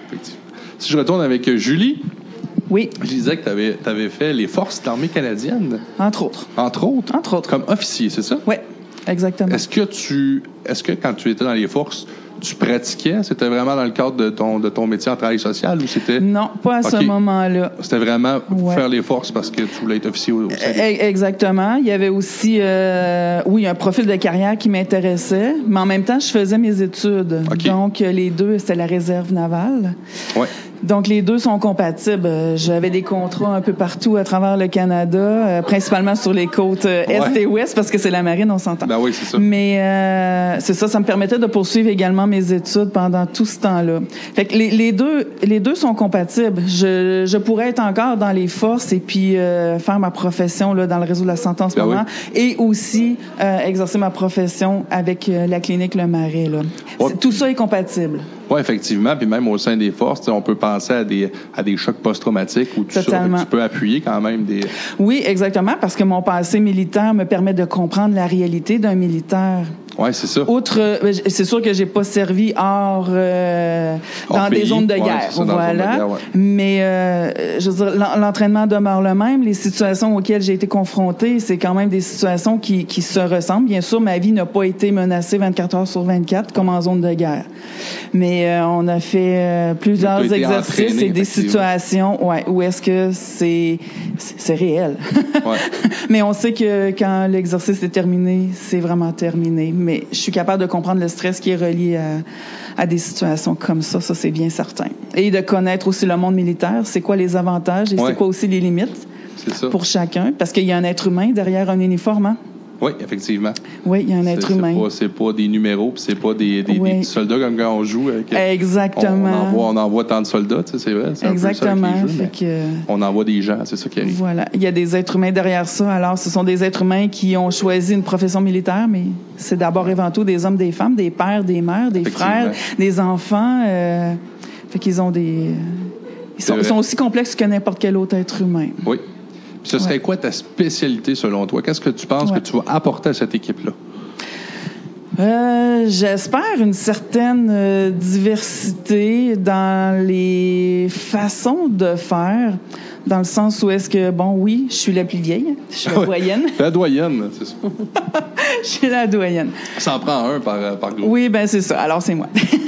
[SPEAKER 1] Si je retourne avec Julie.
[SPEAKER 4] Oui.
[SPEAKER 1] Je disais que tu avais fait les forces de l'armée canadienne.
[SPEAKER 4] Entre autres.
[SPEAKER 1] Entre autres?
[SPEAKER 4] Entre autres.
[SPEAKER 1] Comme officier, c'est ça?
[SPEAKER 4] Oui. exactement.
[SPEAKER 1] Est-ce que tu, est-ce que quand tu étais dans les forces, tu pratiquais? C'était vraiment dans le cadre de ton, de ton métier en travail social ou c'était...
[SPEAKER 4] Non, pas à
[SPEAKER 1] okay.
[SPEAKER 4] ce moment-là.
[SPEAKER 1] C'était vraiment
[SPEAKER 4] ouais.
[SPEAKER 1] faire les forces parce que tu voulais être officier au, au service.
[SPEAKER 4] Exactement. Il y avait aussi, euh, oui, un profil de carrière qui m'intéressait, mais en même temps, je faisais mes études.
[SPEAKER 1] Okay.
[SPEAKER 4] Donc, les deux, c'était la réserve navale.
[SPEAKER 1] Ouais.
[SPEAKER 4] Donc, les deux sont compatibles. J'avais des contrats un peu partout à travers le Canada, euh, principalement sur les côtes euh,
[SPEAKER 1] ouais.
[SPEAKER 4] est et ouest, parce que c'est la marine, on s'entend.
[SPEAKER 1] Ben oui, c'est ça.
[SPEAKER 4] Mais euh, c'est ça, ça me permettait de poursuivre également mes études pendant tout ce temps-là. Fait que les, les deux, les deux sont compatibles. Je, je pourrais être encore dans les forces et puis euh, faire ma profession là dans le réseau de la santé en ce
[SPEAKER 1] ben
[SPEAKER 4] moment,
[SPEAKER 1] oui.
[SPEAKER 4] et aussi euh, exercer ma profession avec euh, la clinique Le Marais. Là.
[SPEAKER 1] Ouais.
[SPEAKER 4] Tout ça est compatible.
[SPEAKER 1] Oui, effectivement. Puis même au sein des forces, on peut penser à des, à des chocs post-traumatiques ou tout
[SPEAKER 4] Totalement.
[SPEAKER 1] ça. Tu peux appuyer quand même des...
[SPEAKER 4] Oui, exactement, parce que mon passé militaire me permet de comprendre la réalité d'un militaire.
[SPEAKER 1] Oui, c'est ça.
[SPEAKER 4] Outre, c'est sûr que j'ai pas servi hors, euh,
[SPEAKER 1] hors
[SPEAKER 4] dans
[SPEAKER 1] pays.
[SPEAKER 4] des zones de guerre,
[SPEAKER 1] ouais, ça,
[SPEAKER 4] voilà.
[SPEAKER 1] De guerre, ouais.
[SPEAKER 4] Mais euh, je veux dire, l'entraînement demeure le même. Les situations auxquelles j'ai été confrontée, c'est quand même des situations qui, qui se ressemblent. Bien sûr, ma vie n'a pas été menacée vingt-quatre heures sur vingt-quatre comme en zone de guerre. Mais euh, on a fait euh, plusieurs exercices et des situations, ouais, où est-ce que c'est c'est réel.
[SPEAKER 1] Ouais.
[SPEAKER 4] Mais on sait que quand l'exercice est terminé, c'est vraiment terminé. Mais je suis capable de comprendre le stress qui est relié à, à des situations comme ça, ça c'est bien certain. Et de connaître aussi le monde militaire, c'est quoi les avantages et ouais. c'est quoi aussi les limites
[SPEAKER 1] c'est ça.
[SPEAKER 4] Pour chacun, parce qu'il y a un être humain derrière un uniforme. Hein?
[SPEAKER 1] Oui, effectivement.
[SPEAKER 4] Oui, il y a un être
[SPEAKER 1] c'est,
[SPEAKER 4] humain.
[SPEAKER 1] C'est pas, c'est pas des numéros, puis c'est pas des, des, oui. des petits soldats comme quand on joue. Avec,
[SPEAKER 4] exactement.
[SPEAKER 1] On, on, envoie, on envoie tant de soldats, tu sais, c'est vrai. C'est
[SPEAKER 4] exactement.
[SPEAKER 1] Un peu ça avec les jeux,
[SPEAKER 4] fait que,
[SPEAKER 1] on envoie des gens, c'est ça qui arrive.
[SPEAKER 4] Voilà. Il y a des êtres humains derrière ça. Alors, ce sont des êtres humains qui ont choisi une profession militaire, mais c'est d'abord et avant tout des hommes, des femmes, des pères, des mères, des frères, des enfants. Euh, fait qu'ils ont des... Ils sont, ils sont aussi complexes que n'importe quel autre être humain.
[SPEAKER 1] Oui. Puis ce serait
[SPEAKER 4] ouais.
[SPEAKER 1] quoi ta spécialité selon toi? Qu'est-ce que tu penses
[SPEAKER 4] ouais.
[SPEAKER 1] que tu vas apporter à cette équipe-là?
[SPEAKER 4] Euh, j'espère une certaine euh, diversité dans les façons de faire, dans le sens où est-ce que, bon, oui, je suis la plus vieille, je suis la
[SPEAKER 1] ouais.
[SPEAKER 4] doyenne.
[SPEAKER 1] La doyenne, c'est ça.
[SPEAKER 4] Je suis la doyenne.
[SPEAKER 1] Ça en prend un par, par groupe.
[SPEAKER 4] Oui, ben c'est ça. Alors, c'est moi.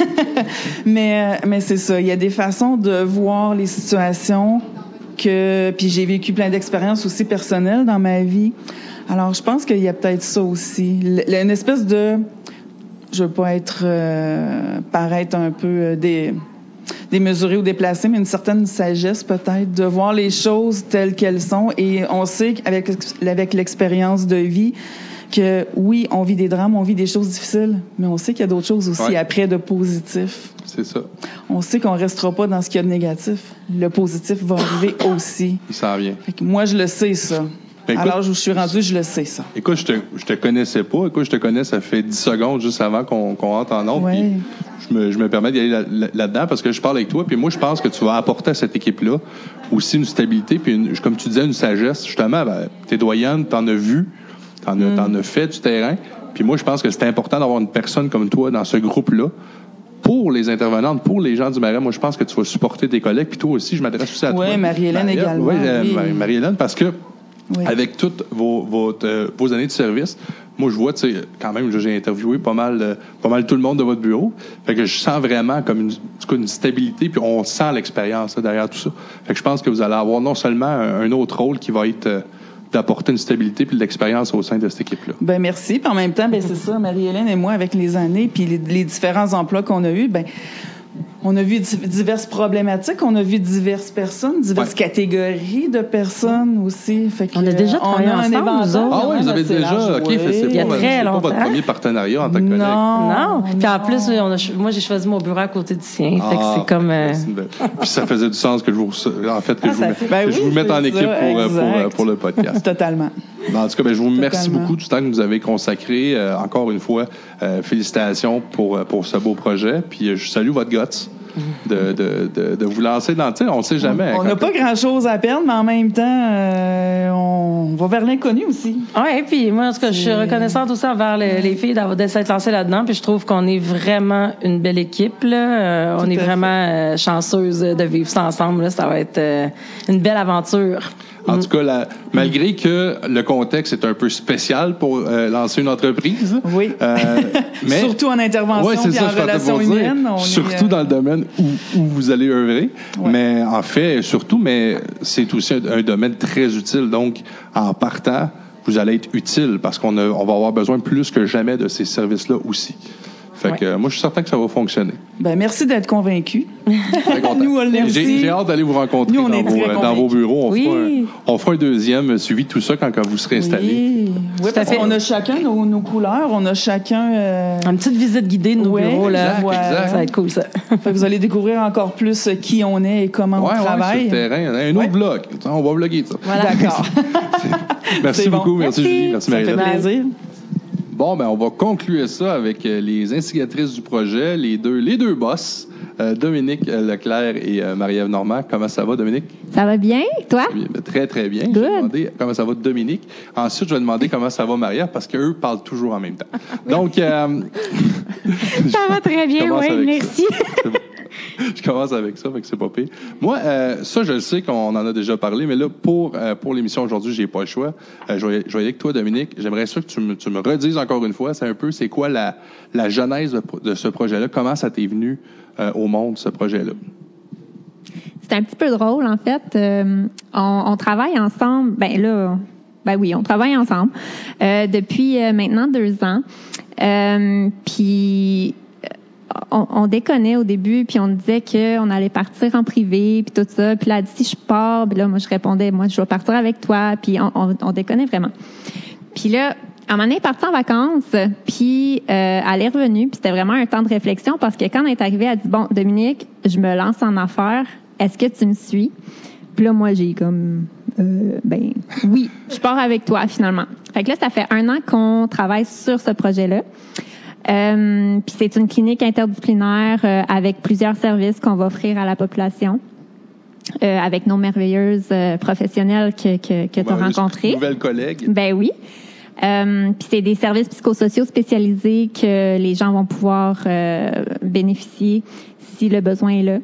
[SPEAKER 4] mais, mais c'est ça. Il y a des façons de voir les situations que... Puis j'ai vécu plein d'expériences aussi personnelles dans ma vie. Alors, je pense qu'il y a peut-être ça aussi. L- une espèce de... Je veux pas être... Euh, paraître un peu euh, des... démesuré ou déplacé, mais une certaine sagesse peut-être de voir les choses telles qu'elles sont. Et on sait qu'avec avec l'expérience de vie que oui, on vit des drames, on vit des choses difficiles, mais on sait qu'il y a d'autres choses aussi ouais. après de positif.
[SPEAKER 1] C'est ça.
[SPEAKER 4] On sait qu'on restera pas dans ce qu'il y a de négatif. Le positif va arriver aussi.
[SPEAKER 1] Il s'en vient.
[SPEAKER 4] Fait que moi, je le sais, ça. Ben, écoute, à l'âge où je suis rendu, je le sais, ça.
[SPEAKER 1] Écoute, je te, je te connaissais pas. Écoute, je te connais, ça fait dix secondes juste avant qu'on, qu'on rentre en ondes.
[SPEAKER 4] Ouais.
[SPEAKER 1] Je me, je me permets d'y aller là, là, là-dedans parce que je parle avec toi. Puis moi, je pense que tu vas apporter à cette équipe-là aussi une stabilité. Puis, une, comme tu disais, une sagesse. Justement, ben, t'es doyenne, t'en as vu, t'en as, mm. t'en as fait du terrain. Puis moi, je pense que c'est important d'avoir une personne comme toi dans ce groupe-là. Pour les intervenantes, pour les gens du Marais, moi, je pense que tu vas supporter tes collègues. Puis toi aussi, je m'adresse aussi à
[SPEAKER 4] ouais,
[SPEAKER 1] toi.
[SPEAKER 4] Oui, Marie-Hélène
[SPEAKER 1] Marie-
[SPEAKER 4] également.
[SPEAKER 1] Oui, euh,
[SPEAKER 4] oui.
[SPEAKER 1] Marie-Hélène, parce que
[SPEAKER 4] oui.
[SPEAKER 1] avec toutes vos, vos, euh, vos années de service, moi, je vois, tu sais, quand même, j'ai interviewé pas mal, euh, pas mal tout le monde de votre bureau. Fait que je sens vraiment comme une, une stabilité, puis on sent l'expérience là, derrière tout ça. Fait que je pense que vous allez avoir non seulement un, un autre rôle qui va être... Euh, d'apporter une stabilité puis de l'expérience au sein de cette équipe-là.
[SPEAKER 4] Ben merci. Puis en même temps, ben c'est ça, Marie-Hélène et moi, avec les années puis les, les différents emplois qu'on a eus, ben on a vu diverses problématiques, on a vu diverses personnes, diverses ouais. catégories de personnes aussi. Fait que,
[SPEAKER 7] on a déjà travaillé
[SPEAKER 4] on a
[SPEAKER 7] ensemble,
[SPEAKER 4] un
[SPEAKER 7] nous autres.
[SPEAKER 1] Ah oui, vous avez déjà...
[SPEAKER 4] Large,
[SPEAKER 1] OK,
[SPEAKER 4] ouais.
[SPEAKER 1] fait, c'est,
[SPEAKER 7] il y a
[SPEAKER 1] pas,
[SPEAKER 7] très
[SPEAKER 1] c'est
[SPEAKER 7] longtemps.
[SPEAKER 1] pas votre premier partenariat en tant que collègue.
[SPEAKER 4] Non,
[SPEAKER 7] non. Puis en
[SPEAKER 4] non.
[SPEAKER 7] plus, on a, moi, j'ai choisi mon bureau à côté du sien.
[SPEAKER 1] Ah,
[SPEAKER 7] fait que c'est comme... Euh...
[SPEAKER 1] C'est belle... Puis ça faisait du sens que je vous, en fait, que
[SPEAKER 4] ah,
[SPEAKER 1] je vous, met,
[SPEAKER 4] ben
[SPEAKER 1] que je
[SPEAKER 4] oui,
[SPEAKER 1] vous mette en équipe
[SPEAKER 4] ça,
[SPEAKER 1] pour, pour, pour le podcast.
[SPEAKER 4] Totalement.
[SPEAKER 1] Ben, en tout cas, ben, je vous remercie
[SPEAKER 4] Totalement.
[SPEAKER 1] beaucoup du temps que vous avez consacré. Euh, encore une fois, euh, félicitations pour, pour ce beau projet. Puis euh, je salue votre guts. De, de, de, de vous lancer dans... On ne sait jamais.
[SPEAKER 4] On n'a pas grand-chose à perdre, mais en même temps, euh, on va vers l'inconnu aussi.
[SPEAKER 7] Oui, puis moi, en tout cas, je suis reconnaissante aussi envers les, les filles d'avoir, de s'être lancées là-dedans. Puis je trouve qu'on est vraiment une belle équipe. Là. Euh, on est vraiment euh, chanceuse de vivre ça ensemble. Là. Ça va être euh, une belle aventure.
[SPEAKER 1] En tout cas, la, malgré que le contexte est un peu spécial pour euh, lancer une entreprise.
[SPEAKER 4] Oui.
[SPEAKER 1] Euh, mais,
[SPEAKER 4] surtout en intervention
[SPEAKER 1] ouais,
[SPEAKER 4] et en relations humaines. On
[SPEAKER 1] surtout
[SPEAKER 4] est, euh...
[SPEAKER 1] dans le domaine où, où vous allez œuvrer.
[SPEAKER 4] Ouais.
[SPEAKER 1] Mais en fait, surtout, mais c'est aussi un, un domaine très utile. Donc, en partant, vous allez être utile parce qu'on a, on va avoir besoin plus que jamais de ces services-là aussi. Fait
[SPEAKER 4] ouais.
[SPEAKER 1] que euh, moi, je suis certain que ça va fonctionner.
[SPEAKER 4] Ben merci d'être convaincu.
[SPEAKER 1] Nous, on l'aime j'ai, j'ai hâte d'aller vous rencontrer
[SPEAKER 4] Nous,
[SPEAKER 1] dans, vos, euh, dans vos bureaux. On, oui. fera un, on fera un deuxième suivi de tout ça quand, quand vous serez installés.
[SPEAKER 4] Oui, oui parce qu'on a chacun nos, nos couleurs. On a chacun... Euh...
[SPEAKER 9] Une petite visite guidée de nos
[SPEAKER 4] ouais,
[SPEAKER 9] bureaux. Là.
[SPEAKER 1] Exact,
[SPEAKER 4] ouais.
[SPEAKER 1] exact.
[SPEAKER 9] Ça va être cool, ça.
[SPEAKER 4] Fait que vous allez découvrir encore plus qui on est et comment
[SPEAKER 1] ouais,
[SPEAKER 4] on travaille.
[SPEAKER 1] Ouais, sur le terrain. Un autre
[SPEAKER 4] ouais.
[SPEAKER 1] blog. On va bloguer ça.
[SPEAKER 4] Voilà. D'accord.
[SPEAKER 1] Merci
[SPEAKER 4] C'est
[SPEAKER 1] beaucoup.
[SPEAKER 4] Bon.
[SPEAKER 1] Merci,
[SPEAKER 4] merci
[SPEAKER 1] Julie. Merci,
[SPEAKER 4] ça
[SPEAKER 1] Marie-Hélène.
[SPEAKER 4] fait plaisir.
[SPEAKER 1] Bon, ben on va conclure ça avec les instigatrices du projet, les deux, les deux boss, euh, Dominique Leclerc et euh, Marie-Ève Normand. Comment ça va, Dominique?
[SPEAKER 10] Ça va bien, toi?
[SPEAKER 1] Bien, très, très bien.
[SPEAKER 10] Good.
[SPEAKER 1] Je vais demander comment ça va, Dominique. Ensuite, je vais demander comment ça va, Marie-Ève, parce qu'eux parlent toujours en même temps. Donc, euh,
[SPEAKER 10] ça va très bien, oui, merci.
[SPEAKER 1] Je commence avec ça, fait que c'est pas pire. Moi, euh, ça, je le sais qu'on en a déjà parlé, mais là, pour, euh, pour l'émission aujourd'hui, j'ai pas le choix. Euh, je, vais, je vais y aller avec toi, Dominique. J'aimerais ça que tu me, tu me redises encore une fois, c'est un peu, c'est quoi la, la genèse de, de ce projet-là? Comment ça t'est venu euh, au monde, ce projet-là?
[SPEAKER 10] C'est un petit peu drôle, en fait. Euh, on, on travaille ensemble, ben là, ben oui, on travaille ensemble euh, depuis euh, maintenant deux ans. Euh, puis... On, on déconnait au début, puis on disait qu'on allait partir en privé, puis tout ça. Puis là, elle dit, si je pars, puis là, moi, je répondais, moi, je vais partir avec toi. Puis on, on, on déconnait vraiment. Puis là, à un moment donné, elle est partie en vacances, puis euh, elle est revenue, puis c'était vraiment un temps de réflexion parce que quand elle est arrivée, elle dit, bon, Dominique, je me lance en affaires. Est-ce que tu me suis? Puis là, moi, j'ai comme, euh, ben, oui, je pars avec toi, finalement. Fait que là, ça fait un an qu'on travaille sur ce projet-là. Euh, puis c'est une clinique interdisciplinaire euh, avec plusieurs services qu'on va offrir à la population, euh, avec nos merveilleuses euh, professionnelles que, que, que tu as rencontrées.
[SPEAKER 1] Nouvelles collègues.
[SPEAKER 10] Ben oui. Euh, puis c'est des services psychosociaux spécialisés que les gens vont pouvoir euh, bénéficier si le besoin est là.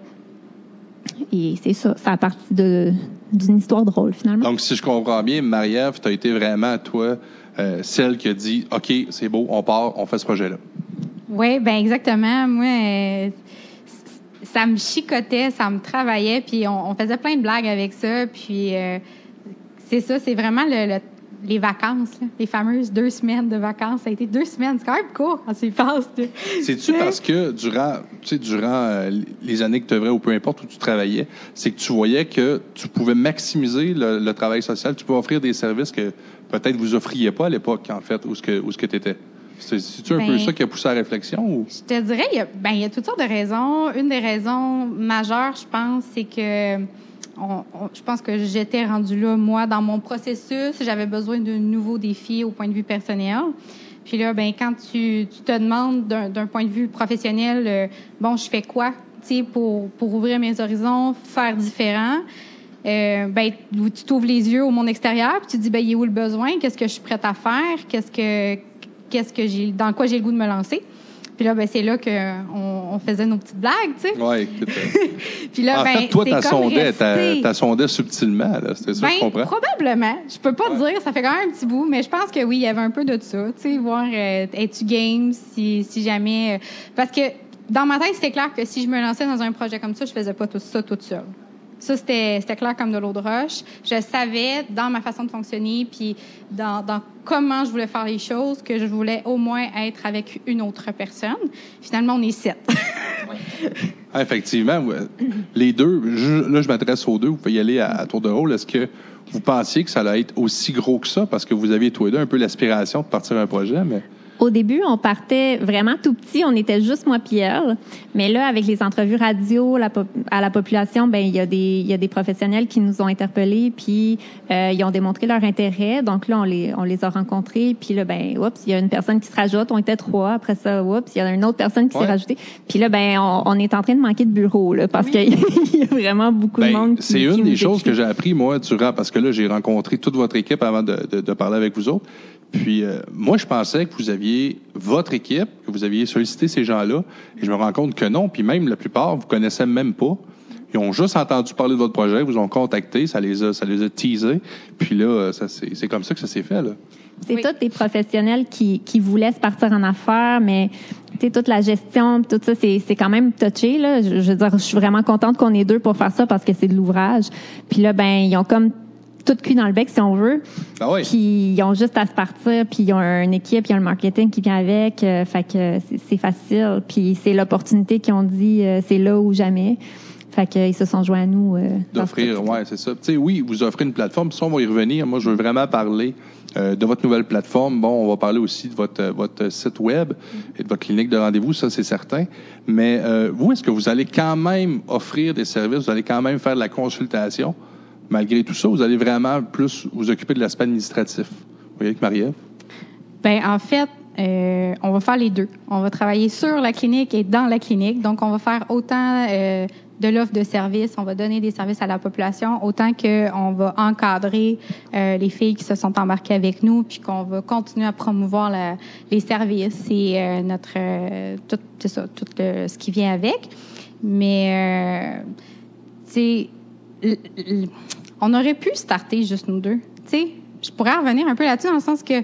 [SPEAKER 10] Et c'est ça, ça a parti de, d'une histoire drôle, finalement.
[SPEAKER 1] Donc, si je comprends bien, Marie-Ève, tu as été vraiment, toi, euh, celle qui a dit « OK, c'est beau, on part, on fait ce projet-là ».
[SPEAKER 11] Oui, bien exactement. Moi, euh, ça me chicotait, ça me travaillait, puis on, on faisait plein de blagues avec ça. Puis euh, c'est ça, c'est vraiment le, le, les vacances, là, les fameuses deux semaines de vacances. Ça a été deux semaines, c'est quand même court quand c'est passe.
[SPEAKER 1] C'est-tu parce que durant, tu sais, durant euh, les années que tu œuvrais ou peu importe où tu travaillais, c'est que tu voyais que tu pouvais maximiser le, le travail social, tu pouvais offrir des services que peut-être vous offriez pas à l'époque, en fait, où ce que, où ce que tu étais? C'est-tu un ben, peu ça qui a poussé à la réflexion? Ou?
[SPEAKER 11] Je te dirais, il y, a, ben, il y a toutes sortes de raisons. Une des raisons majeures, je pense, c'est que on, on, je pense que j'étais rendue là, moi, dans mon processus. J'avais besoin d'un nouveau défi au point de vue personnel. Puis là, ben, quand tu, tu te demandes d'un, d'un point de vue professionnel, euh, bon, je fais quoi, tu sais, pour, pour ouvrir mes horizons, faire différent? Euh, ben, tu t'ouvres les yeux au monde extérieur, puis tu te dis, ben, il est où le besoin? Qu'est-ce que je suis prête à faire? Qu'est-ce que, qu'est-ce que j'ai, dans quoi j'ai le goût de me lancer? Puis là, ben, c'est là qu'on on faisait nos petites blagues, tu sais.
[SPEAKER 1] Oui, écoute.
[SPEAKER 11] Puis là,
[SPEAKER 1] en
[SPEAKER 11] ben,
[SPEAKER 1] fait, toi,
[SPEAKER 11] tu
[SPEAKER 1] sondais, t'as sondais subtilement, là. C'était ça,
[SPEAKER 11] ben,
[SPEAKER 1] je comprends.
[SPEAKER 11] Probablement. Je peux pas
[SPEAKER 1] ouais.
[SPEAKER 11] te dire, ça fait quand même un petit bout, mais je pense que oui, il y avait un peu de ça, tu sais, voir, euh, es-tu game, si, si jamais. Euh, parce que dans ma tête, c'était clair que si je me lançais dans un projet comme ça, je faisais pas tout ça toute seule. Ça, c'était, c'était clair comme de l'eau de roche. Je savais, dans ma façon de fonctionner, puis dans, dans comment je voulais faire les choses, que je voulais au moins être avec une autre personne. Finalement, on est sept.
[SPEAKER 1] ah, effectivement. Les deux, je, là, je m'adresse aux deux. Vous pouvez y aller à, à tour de rôle. Est-ce que vous pensiez que ça allait être aussi gros que ça? Parce que vous aviez tous les deux un peu l'aspiration de partir un projet, mais...
[SPEAKER 10] Au début, on partait vraiment tout petit. On était juste moi puis elle. Mais là, avec les entrevues radio la pop- à la population, ben il y a des il y a des professionnels qui nous ont interpellés puis euh, ils ont démontré leur intérêt. Donc là, on les on les a rencontrés. Puis là, ben oups, il y a une personne qui se rajoute. On était trois. Après ça, oups, il y a une autre personne qui ouais. s'est rajoutée. Puis là, ben on, on est en train de manquer de bureau là parce oui. qu'il y a vraiment beaucoup
[SPEAKER 1] ben,
[SPEAKER 10] de monde. Qui,
[SPEAKER 1] c'est une
[SPEAKER 10] qui
[SPEAKER 1] des
[SPEAKER 10] nous
[SPEAKER 1] choses
[SPEAKER 10] écrit.
[SPEAKER 1] que j'ai appris moi durant parce que là, j'ai rencontré toute votre équipe avant de, de, de parler avec vous autres. Puis, euh, moi, je pensais que vous aviez votre équipe, que vous aviez sollicité ces gens-là, et je me rends compte que non. Puis même, la plupart, vous connaissez même pas. Ils ont juste entendu parler de votre projet, vous ont contacté, ça les a, ça les a teasés. Puis là, ça, c'est, c'est comme ça que ça s'est fait, là.
[SPEAKER 10] C'est
[SPEAKER 6] Oui.
[SPEAKER 10] tous des professionnels qui, qui voulaient se partir en affaires, mais toute la gestion, tout ça, c'est, c'est quand même touché. Là. Je, je veux dire, je suis vraiment contente qu'on ait deux pour faire ça parce que c'est de l'ouvrage. Puis là, ben, ils ont comme tout cuit dans le bec, si on veut.
[SPEAKER 1] Ah oui.
[SPEAKER 10] Puis ils ont juste à se partir, puis ils ont une équipe, ils ont le marketing qui vient avec. Euh, fait que c'est, c'est facile. Puis c'est l'opportunité qu'ils ont dit, euh, c'est là ou jamais. Fait qu'ils se sont joints à nous. Euh,
[SPEAKER 1] D'offrir, oui, c'est ça. Tu sais, oui, vous offrez une plateforme, puis ça, on va y revenir. Moi, je veux vraiment parler euh, de votre nouvelle plateforme. Bon, on va parler aussi de votre, votre site web et de votre clinique de rendez-vous, ça, c'est certain. Mais euh, vous, est-ce que vous allez quand même offrir des services, vous allez quand même faire de la consultation? Malgré tout ça, vous allez vraiment plus vous occuper de l'aspect administratif. Vous voyez avec Marie-Ève?
[SPEAKER 11] Bien, en fait, euh, on va faire les deux. On va travailler sur la clinique et dans la clinique. Donc, on va faire autant euh, de l'offre de services, on va donner des services à la population, autant qu'on va encadrer euh, les filles qui se sont embarquées avec nous, puis qu'on va continuer à promouvoir la, les services et euh, notre euh, tout, c'est ça, tout le, ce qui vient avec. Mais, euh, tu sais, l- l- on aurait pu starter juste nous deux. Tu sais, je pourrais revenir un peu là-dessus dans le sens que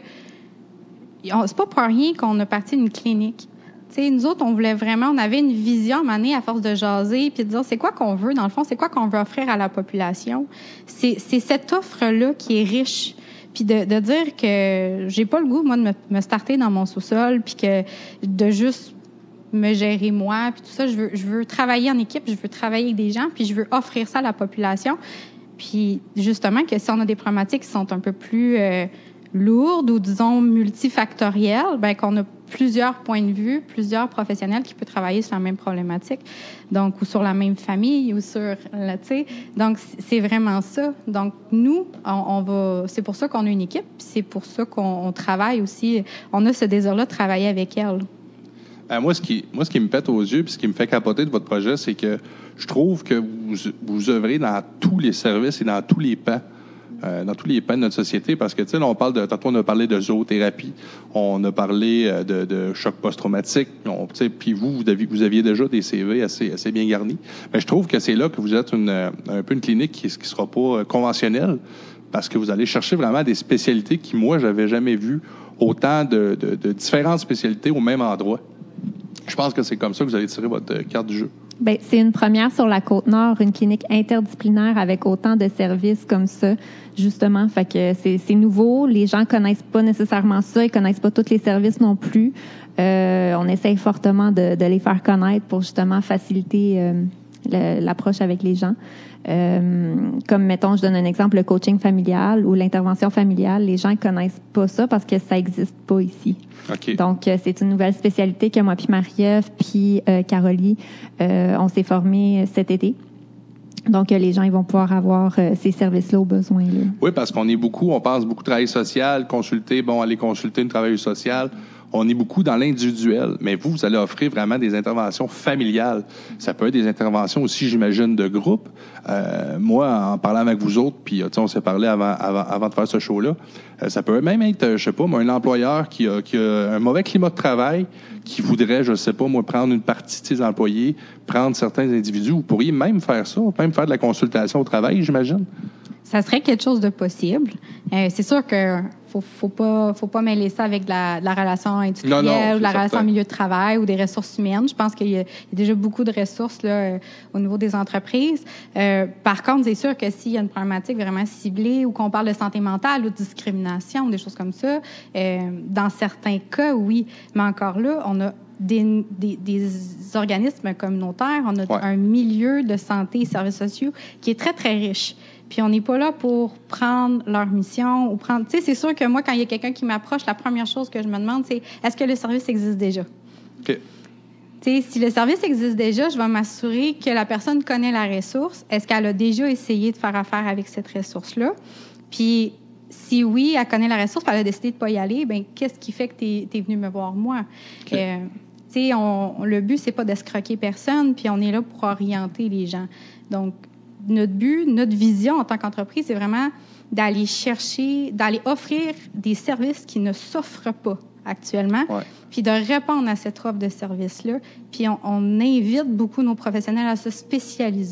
[SPEAKER 11] on, c'est pas pour rien qu'on a parti d'une clinique. Tu sais, nous autres, on voulait vraiment, on avait une vision à un moment donné, à force de jaser puis de dire c'est quoi qu'on veut, dans le fond, c'est quoi qu'on veut offrir à la population. C'est, c'est cette offre-là qui est riche. Puis de, de dire que j'ai pas le goût, moi, de me, me starter dans mon sous-sol puis que de juste me gérer moi puis tout ça. Je veux, je veux travailler en équipe, je veux travailler avec des gens puis je veux offrir ça à la population. Puis justement, que si on a des problématiques qui sont un peu plus euh, lourdes ou, disons, multifactorielles, bien qu'on a plusieurs points de vue, plusieurs professionnels qui peuvent travailler sur la même problématique, donc, ou sur la même famille, ou sur, là, tu sais. Donc, c'est vraiment ça. Donc, nous, on, on va, c'est pour ça qu'on a une équipe, puis c'est pour ça qu'on on travaille aussi. On a ce désir-là de travailler avec elle.
[SPEAKER 1] Euh, moi, ce qui, moi, ce qui me pète aux yeux puis ce qui me fait capoter de votre projet, c'est que je trouve que vous, vous œuvrez dans tous les services et dans tous les pans, euh, dans tous les pans de notre société. Parce que, tu sais, là, on parle de, tantôt, on a parlé de zoothérapie, on a parlé de, de choc post-traumatique, on, tu sais, puis vous, vous aviez, vous aviez déjà des C V assez, assez bien garnis. Mais je trouve que c'est là que vous êtes une, un peu une clinique qui ne sera pas conventionnelle, parce que vous allez chercher vraiment des spécialités qui, moi, j'avais jamais vu autant de, de, de différentes spécialités au même endroit. Je pense que c'est comme ça que vous allez tirer votre carte du jeu.
[SPEAKER 10] Bien, c'est une première sur la Côte-Nord, une clinique interdisciplinaire avec autant de services comme ça, justement. Fait que c'est, c'est nouveau. Les gens connaissent pas nécessairement ça. Ils connaissent pas tous les services non plus. Euh, on essaye fortement de, de les faire connaître pour justement faciliter euh, le, l'approche avec les gens. Euh, comme, mettons, je donne un exemple, le coaching familial ou l'intervention familiale. Les gens ne connaissent pas ça parce que ça n'existe pas ici.
[SPEAKER 1] Okay.
[SPEAKER 10] Donc, euh, c'est une nouvelle spécialité que moi puis Marie-Ève puis euh, Carolie, euh, on s'est formés cet été. Donc, euh, les gens ils vont pouvoir avoir euh, ces services-là au besoin. Là.
[SPEAKER 1] Oui, parce qu'on est beaucoup, on pense beaucoup travail social, consulter, bon, aller consulter une travailleuse sociale. On est beaucoup dans l'individuel, mais vous, vous allez offrir vraiment des interventions familiales. Ça peut être des interventions aussi, j'imagine, de groupe. Euh, moi, en parlant avec vous autres, puis on s'est parlé avant, avant, avant de faire ce show-là, euh, ça peut même être, je sais pas, moi, un employeur qui a, qui a un mauvais climat de travail, qui voudrait, je sais pas, moi, prendre une partie de ses employés, prendre certains individus. Vous pourriez même faire ça, même faire de la consultation au travail, j'imagine.
[SPEAKER 11] Ça serait quelque chose de possible. Euh, c'est sûr que faut, faut pas, faut pas mêler ça avec de la, de la relation industrielle
[SPEAKER 1] non, non,
[SPEAKER 11] ou de la
[SPEAKER 1] certain.
[SPEAKER 11] relation en milieu de travail ou des ressources humaines. Je pense qu'il y a, il y a déjà beaucoup de ressources là, euh, au niveau des entreprises. Euh, par contre, c'est sûr que s'il y a une problématique vraiment ciblée ou qu'on parle de santé mentale ou de discrimination ou des choses comme ça, euh, dans certains cas, oui. Mais encore là, on a Des, des, des organismes communautaires, on a
[SPEAKER 1] ouais.
[SPEAKER 11] un milieu de santé et services sociaux qui est très, très riche. Puis on n'est pas là pour prendre leur mission ou prendre... Tu sais, c'est sûr que moi, quand il y a quelqu'un qui m'approche, la première chose que je me demande, c'est est-ce que le service existe déjà?
[SPEAKER 1] OK.
[SPEAKER 11] Tu sais, si le service existe déjà, je vais m'assurer que la personne connaît la ressource. Est-ce qu'elle a déjà essayé de faire affaire avec cette ressource-là? Puis... Si oui, elle connaît la ressource, puis elle a décidé de ne pas y aller, bien, qu'est-ce qui fait que tu es venu me voir, moi? Okay. Euh, tu sais, on, le but, c'est pas d'escroquer personne, puis on est là pour orienter les gens. Donc, notre but, notre vision en tant qu'entreprise, c'est vraiment d'aller chercher, d'aller offrir des services qui ne s'offrent pas actuellement,
[SPEAKER 1] ouais.
[SPEAKER 11] puis de répondre à cette offre de services-là. Puis on, on invite beaucoup nos professionnels à se spécialiser.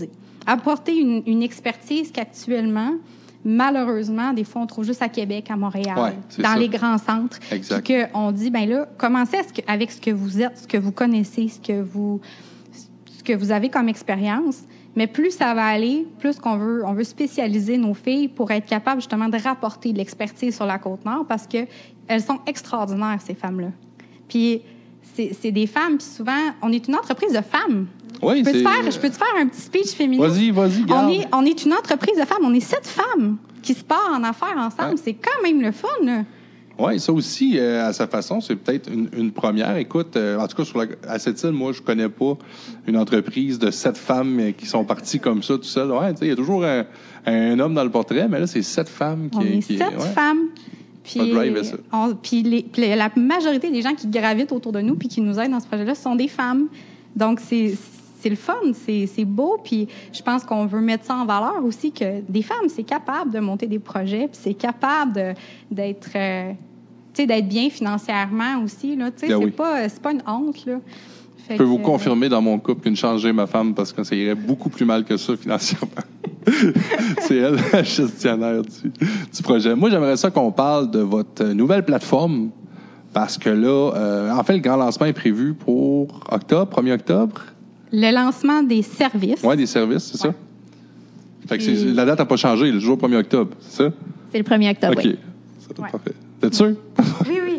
[SPEAKER 11] apporter une, une expertise qu'actuellement, malheureusement, des fois, on trouve juste à Québec, à Montréal,
[SPEAKER 1] ouais,
[SPEAKER 11] dans
[SPEAKER 1] ça.
[SPEAKER 11] les grands centres.
[SPEAKER 1] Exact.
[SPEAKER 11] Puis qu'on dit, ben là, commencez à ce que, avec ce que vous êtes, ce que vous connaissez, ce que vous, ce que vous avez comme expérience. Mais plus ça va aller, plus qu'on veut, on veut spécialiser nos filles pour être capable justement de rapporter de l'expertise sur la Côte-Nord parce que elles sont extraordinaires, ces femmes-là. Puis c'est, c'est des femmes, puis souvent, on est une entreprise de femmes.
[SPEAKER 1] Oui,
[SPEAKER 11] je peux
[SPEAKER 1] c'est...
[SPEAKER 11] te faire, je peux te faire un petit speech féminin.
[SPEAKER 1] Vas-y, vas-y, garde.
[SPEAKER 11] On est, on est une entreprise de femmes. On est sept femmes qui se partent en affaires ensemble. Ouais. C'est quand même le fun, là.
[SPEAKER 1] Oui, ça aussi, euh, à sa façon, c'est peut-être une, une première. Écoute, euh, en tout cas, sur la, à cette île, moi, je connais pas une entreprise de sept femmes euh, qui sont parties comme ça, tout seul. Ouais, tu sais, il y a toujours un, un homme dans le portrait, mais là, c'est sept femmes qui...
[SPEAKER 11] On est
[SPEAKER 1] qui,
[SPEAKER 11] sept
[SPEAKER 1] ouais,
[SPEAKER 11] femmes. Puis,
[SPEAKER 1] ça.
[SPEAKER 11] On, puis les, puis la majorité des gens qui gravitent autour de nous puis qui nous aident dans ce projet-là sont des femmes. Donc, c'est... C'est le fun, c'est, c'est beau, puis je pense qu'on veut mettre ça en valeur aussi, que des femmes, c'est capable de monter des projets, puis c'est capable de, d'être, euh, tu sais, d'être bien financièrement aussi, là, tu sais,
[SPEAKER 1] ah
[SPEAKER 11] c'est
[SPEAKER 1] oui.
[SPEAKER 11] pas, c'est pas une honte, là.
[SPEAKER 1] Fait je peux que, vous confirmer dans mon couple qu'une changer ma femme, parce que ça irait beaucoup plus mal que ça financièrement. C'est elle, la gestionnaire du, du projet. Moi, j'aimerais ça qu'on parle de votre nouvelle plateforme, parce que là, euh, en fait, le grand lancement est prévu pour octobre, premier octobre.
[SPEAKER 11] Le lancement des services.
[SPEAKER 1] Oui, des services, c'est ouais. ça? Fait que c'est, la date n'a pas changé, le jour premier octobre, c'est ça?
[SPEAKER 10] C'est le premier octobre,
[SPEAKER 1] OK.
[SPEAKER 10] oui.
[SPEAKER 1] C'est ouais. parfait. T'es sûr?
[SPEAKER 11] Oui, oui,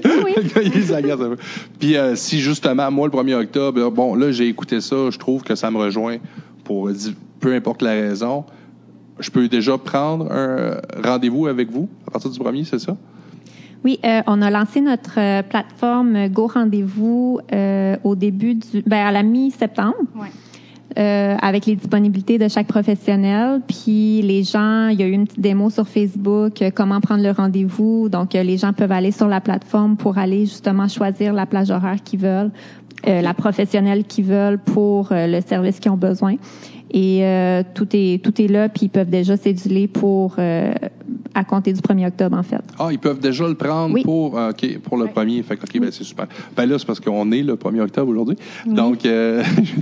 [SPEAKER 11] oui.
[SPEAKER 1] Puis euh, si justement, moi, le premier octobre, bon, là, j'ai écouté ça, je trouve que ça me rejoint pour peu importe la raison. Je peux déjà prendre un rendez-vous avec vous à partir du premier, c'est ça?
[SPEAKER 10] Oui, euh, on a lancé notre euh, plateforme Go Rendez-vous euh, au début du, ben à la mi-septembre,
[SPEAKER 11] ouais.
[SPEAKER 10] euh, avec les disponibilités de chaque professionnel. Puis les gens, il y a eu une petite démo sur Facebook, euh, comment prendre le rendez-vous. Donc euh, les gens peuvent aller sur la plateforme pour aller justement choisir la plage horaire qu'ils veulent, euh, la professionnelle qu'ils veulent pour euh, le service qu'ils ont besoin. Et euh, tout est tout est là, puis ils peuvent déjà céduler pour euh, à compter du premier octobre, en fait.
[SPEAKER 1] Ah, ils peuvent déjà le prendre oui. pour euh, OK, pour le oui. premier. Fait que OK, ben c'est super. Ben là, c'est parce qu'on est le premier octobre aujourd'hui. Oui. Donc euh,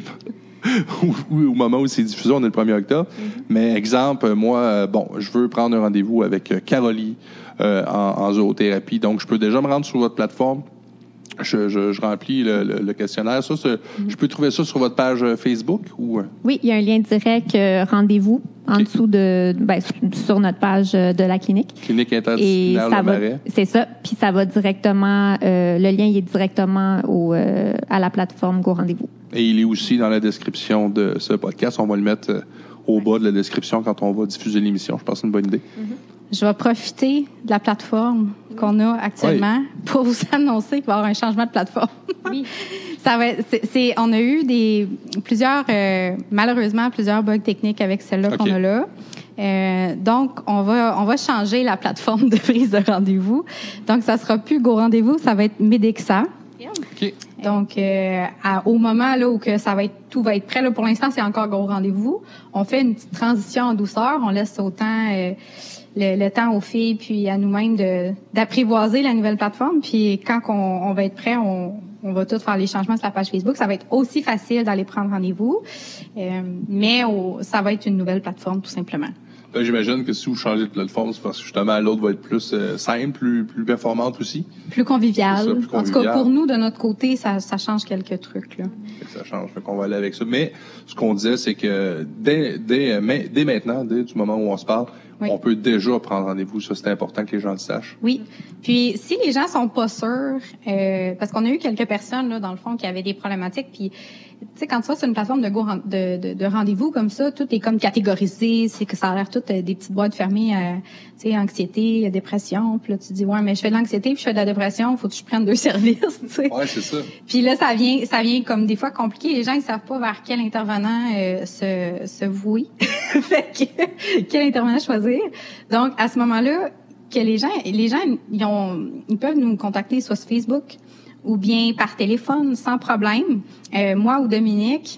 [SPEAKER 1] au moment où c'est diffusé, on est le premier octobre. Mm-hmm. Mais exemple, moi, euh, bon, je veux prendre un rendez-vous avec Caroline euh, en, en zoothérapie. Donc, je peux déjà me rendre sur votre plateforme. Je, je, je remplis le, le, le questionnaire. Ça, c'est, mm-hmm. Je peux trouver ça sur votre page Facebook ou?
[SPEAKER 10] Oui, il y a un lien direct euh, rendez-vous en okay. dessous de, ben, sur notre page de la clinique.
[SPEAKER 1] Clinique interdisciplinaire Le Marais.
[SPEAKER 10] C'est ça. Puis ça va directement, euh, le lien il est directement au, euh, à la plateforme Go Rendez-vous.
[SPEAKER 1] Et il est aussi dans la description de ce podcast. On va le mettre euh, au bas de la description quand on va diffuser l'émission. Je pense que c'est une bonne idée.
[SPEAKER 11] Mm-hmm. Je vais profiter de la plateforme qu'on a actuellement oui. pour vous annoncer qu'il va y avoir un changement de plateforme. Oui. Ça va être, c'est, c'est, on a eu des, plusieurs, euh, malheureusement, plusieurs bugs techniques avec celle-là okay. qu'on a là. Euh, donc, on va, on va changer la plateforme de prise de rendez-vous. Donc, ça sera plus Go Rendez-vous, ça va être Medexa.
[SPEAKER 1] Okay.
[SPEAKER 11] Donc, euh, à, au moment là où que ça va être, tout va être prêt, là, pour l'instant, c'est encore Go Rendez-vous. On fait une petite transition en douceur. On laisse autant euh, le, le temps aux filles puis à nous-mêmes de, d'apprivoiser la nouvelle plateforme. Puis quand on, on va être prêt, on, on va tout faire les changements sur la page Facebook. Ça va être aussi facile d'aller prendre rendez-vous, euh, mais au, ça va être une nouvelle plateforme tout simplement.
[SPEAKER 1] Là, j'imagine que si vous changez de plateforme, c'est parce que justement l'autre va être plus euh, simple, plus, plus performante aussi.
[SPEAKER 11] Plus convivial.
[SPEAKER 1] Ça, plus convivial.
[SPEAKER 11] En tout cas, pour nous, de notre côté, ça, ça change quelques trucs. Là.
[SPEAKER 1] Ça change, fait qu'on va aller avec ça. Mais ce qu'on disait, c'est que dès, dès, dès maintenant, dès du moment où on se parle, oui. on peut déjà prendre rendez-vous. Ça, c'est important que les gens le sachent.
[SPEAKER 11] Oui. Puis, si les gens sont pas sûrs, euh, parce qu'on a eu quelques personnes, là, dans le fond, qui avaient des problématiques, puis tu sais, quand tu vas sur une plateforme de, go, de, de, de rendez-vous comme ça, tout est comme catégorisé, c'est que ça a l'air tout euh, des petites boîtes fermées, euh, tu sais, anxiété, dépression, puis là, tu dis, ouais, mais je fais de l'anxiété puis je fais de la dépression, faut que je prenne deux services, tu sais.
[SPEAKER 1] Ouais, c'est ça.
[SPEAKER 11] Puis là, ça vient, ça vient comme des fois compliqué, les gens, ils savent pas vers quel intervenant euh, se, se vouer, fait que, quel intervenant choisir. Donc, à ce moment-là, que les gens, les gens, ils ont, ils peuvent nous contacter soit sur Facebook, ou bien par téléphone, sans problème. Euh, moi ou Dominique,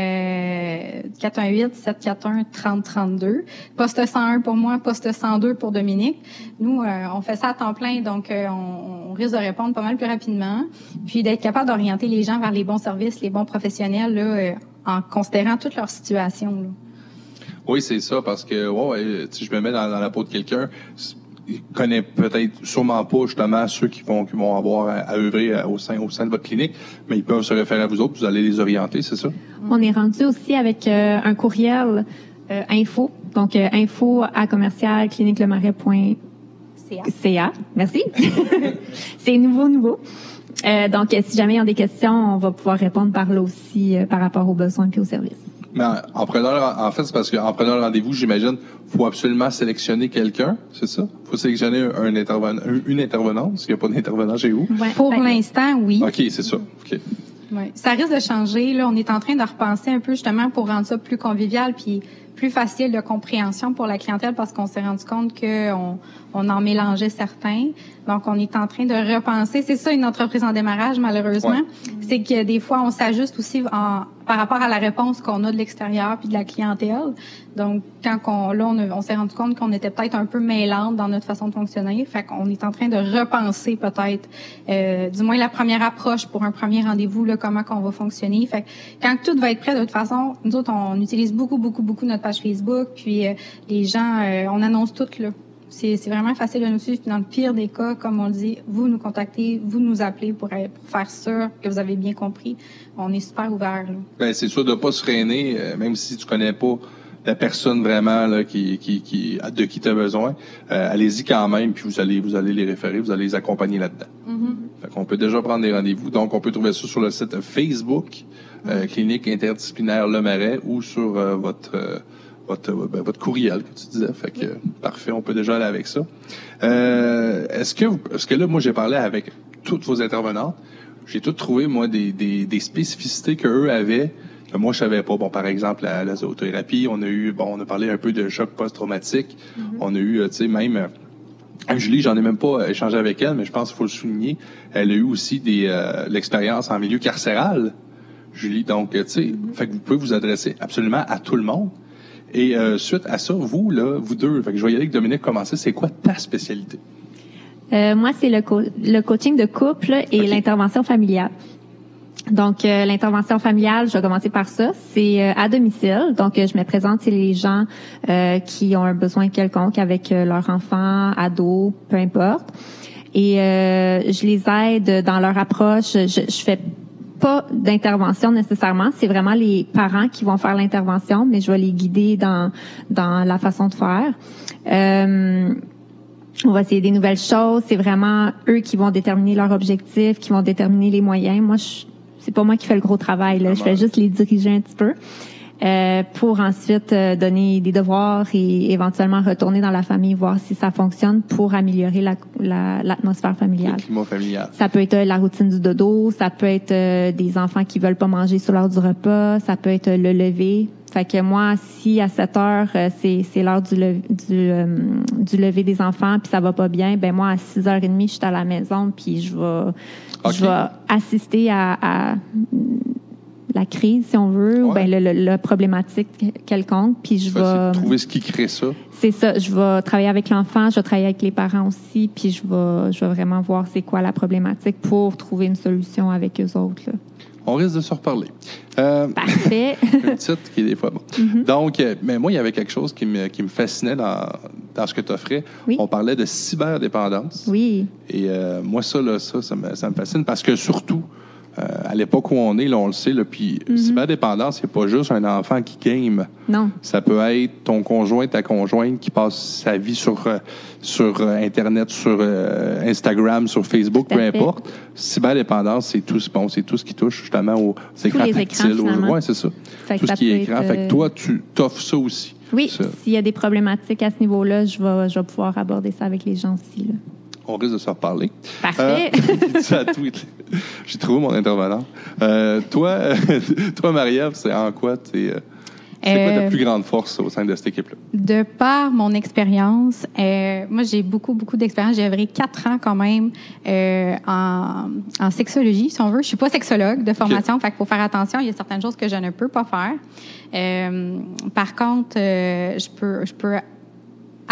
[SPEAKER 11] euh, quatre un huit, sept quatre un, trente trente-deux. Poste cent un pour moi, poste cent deux pour Dominique. Nous, euh, on fait ça à temps plein, donc euh, on, on risque de répondre pas mal plus rapidement. Puis d'être capable d'orienter les gens vers les bons services, les bons professionnels, là, euh, en considérant toute leur situation. Là.
[SPEAKER 1] Oui, c'est ça, parce que ouais, si je me mets dans, dans la peau de quelqu'un, il connaît peut-être sûrement pas justement ceux qui vont qui vont avoir à, à œuvrer au sein au sein de votre clinique, mais ils peuvent se référer à vous autres, vous allez les orienter, c'est ça?
[SPEAKER 10] On est rendu aussi avec euh, un courriel euh, info, donc euh, info à commercial clinique lemarais point c a. Merci. C'est nouveau, nouveau. Euh, donc, si jamais il y a des questions, on va pouvoir répondre par là aussi euh, par rapport aux besoins et aux services.
[SPEAKER 1] Mais en, en prenant, en fait, c'est parce qu'en prenant le rendez-vous, j'imagine, faut absolument sélectionner quelqu'un, c'est ça? Faut sélectionner un intervenant, une intervenante, parce qu'il n'y a pas d'intervenant chez vous.
[SPEAKER 11] Ouais. Pour ben, l'instant, oui.
[SPEAKER 1] OK, c'est ça. OK.
[SPEAKER 11] Ouais. Ça risque de changer. Là, on est en train de repenser un peu justement pour rendre ça plus convivial puis plus facile de compréhension pour la clientèle parce qu'on s'est rendu compte qu'on on en mélangeait certains. Donc, on est en train de repenser. C'est ça, une entreprise en démarrage, malheureusement. Ouais. C'est que des fois, on s'ajuste aussi en, par rapport à la réponse qu'on a de l'extérieur puis de la clientèle. Donc, quand on, là, on, a, on s'est rendu compte qu'on était peut-être un peu mêlante dans notre façon de fonctionner. Fait qu'on est en train de repenser peut-être, euh, du moins la première approche pour un premier rendez-vous, là, comment qu'on va fonctionner. Fait que quand tout va être prêt, de toute façon, nous autres, on utilise beaucoup, beaucoup, beaucoup notre page Facebook. Puis, euh, les gens, euh, on annonce tout, là. C'est, c'est vraiment facile de nous suivre. Dans le pire des cas, comme on le dit, vous nous contactez, vous nous appelez pour, pour faire sûr que vous avez bien compris. On est super ouverts. Là.
[SPEAKER 1] Ben, c'est sûr de pas se freiner, euh, même si tu connais pas la personne vraiment là, qui, qui, qui, de qui tu as besoin. Euh, allez-y quand même, puis vous allez, vous allez les référer, vous allez les accompagner là-dedans. Mm-hmm. Fait qu'on peut déjà prendre des rendez-vous. Donc, on peut trouver ça sur le site Facebook, euh, Clinique interdisciplinaire Lemarais, ou sur euh, votre... Euh, Votre, ben, votre courriel que tu disais, fait que euh, parfait, on peut déjà aller avec ça. Euh, est-ce que, parce que là, moi, j'ai parlé avec toutes vos intervenantes, j'ai tout trouvé moi des, des, des spécificités que eux avaient que moi je savais pas. Bon, par exemple, la, la zoothérapie, on a eu, bon, on a parlé un peu de choc post-traumatique, mm-hmm. on a eu, tu sais, même euh, Julie, j'en ai même pas échangé avec elle, mais je pense qu'il faut le souligner, elle a eu aussi des euh, l'expérience en milieu carcéral, Julie. Donc, tu sais, mm-hmm. fait que vous pouvez vous adresser absolument à tout le monde. Et euh, suite à ça, vous, là, vous deux, fait que je vais y aller avec Dominique commencer, c'est quoi ta spécialité?
[SPEAKER 10] Euh, moi, c'est le, co- le coaching de couple et okay. l'intervention familiale. Donc, euh, l'intervention familiale, je vais commencer par ça. C'est euh, à domicile. Donc, euh, je me présente, c'est les gens euh, qui ont un besoin quelconque avec euh, leur enfant, ado, peu importe. Et euh, je les aide dans leur approche. Je, je fais pas d'intervention nécessairement, c'est vraiment les parents qui vont faire l'intervention, mais je vais les guider dans dans la façon de faire. Euh, on va essayer des nouvelles choses, c'est vraiment eux qui vont déterminer leur objectif, qui vont déterminer les moyens. Moi, je, c'est pas moi qui fais le gros travail, là, je fais juste les diriger un petit peu. Euh, pour ensuite euh, donner des devoirs et éventuellement retourner dans la famille, voir si ça fonctionne pour améliorer la, la, l'atmosphère familiale.
[SPEAKER 1] Le climat familial.
[SPEAKER 10] Ça peut être la routine du dodo, ça peut être euh, des enfants qui veulent pas manger sur l'heure du repas, ça peut être le lever. Fait que moi, si à sept heures, euh, c'est, c'est l'heure du, le, du, euh, du lever des enfants, puis ça va pas bien, ben moi, à six heures trente, je suis à la maison, puis je vais, okay. je vais assister à... à la crise, si on veut, ouais. ou ben le, le, le problématique quelconque, puis je vais
[SPEAKER 1] trouver ce qui crée ça.
[SPEAKER 10] C'est ça, je vais travailler avec l'enfant, je vais travailler avec les parents aussi, puis je vais je vais vraiment voir c'est quoi la problématique pour trouver une solution avec eux autres là.
[SPEAKER 1] On risque de se reparler. Euh,
[SPEAKER 10] Parfait.
[SPEAKER 1] Un titre qui est des fois bon. Mm-hmm. Donc, mais moi, il y avait quelque chose qui me qui me fascinait dans dans ce que tu offrais.
[SPEAKER 10] Oui.
[SPEAKER 1] On parlait de cyberdépendance.
[SPEAKER 10] Oui.
[SPEAKER 1] Et euh, moi, ça là, ça, ça me ça me fascine parce que surtout Euh, à l'époque où on est, là, on le sait, là, puis mm-hmm. cyberdépendance, c'est pas juste un enfant qui game.
[SPEAKER 10] Non.
[SPEAKER 1] Ça peut être ton conjoint, ta conjointe qui passe sa vie sur euh, sur euh, Internet, sur euh, Instagram, sur Facebook, peu importe. Cyberdépendance, c'est tout, bon, c'est tout ce qui touche justement aux écrans tactiles. Oui, c'est ça.
[SPEAKER 10] Fait
[SPEAKER 1] tout ce qui est écran.
[SPEAKER 10] Être,
[SPEAKER 1] fait que toi, tu t'offres ça aussi.
[SPEAKER 10] Oui,
[SPEAKER 1] ça.
[SPEAKER 10] S'il y a des problématiques à ce niveau-là, je vais, je vais pouvoir aborder ça avec les gens aussi, là.
[SPEAKER 1] On risque de se reparler.
[SPEAKER 10] Parfait.
[SPEAKER 1] Euh, ça tweet. J'ai trouvé mon intervenant. Euh, toi, toi, Marie-Ève, c'est en quoi t'es, euh, c'est euh, quoi ta plus grande force au sein de cette équipe-là?
[SPEAKER 11] De par mon expérience, euh, moi, j'ai beaucoup, beaucoup d'expérience. J'ai œuvré quatre ans quand même euh, en, en sexologie, si on veut. Je suis pas sexologue de formation, okay. Fait qu'il faut faire attention. Il y a certaines choses que je ne peux pas faire. Euh, par contre, euh, je peux, je peux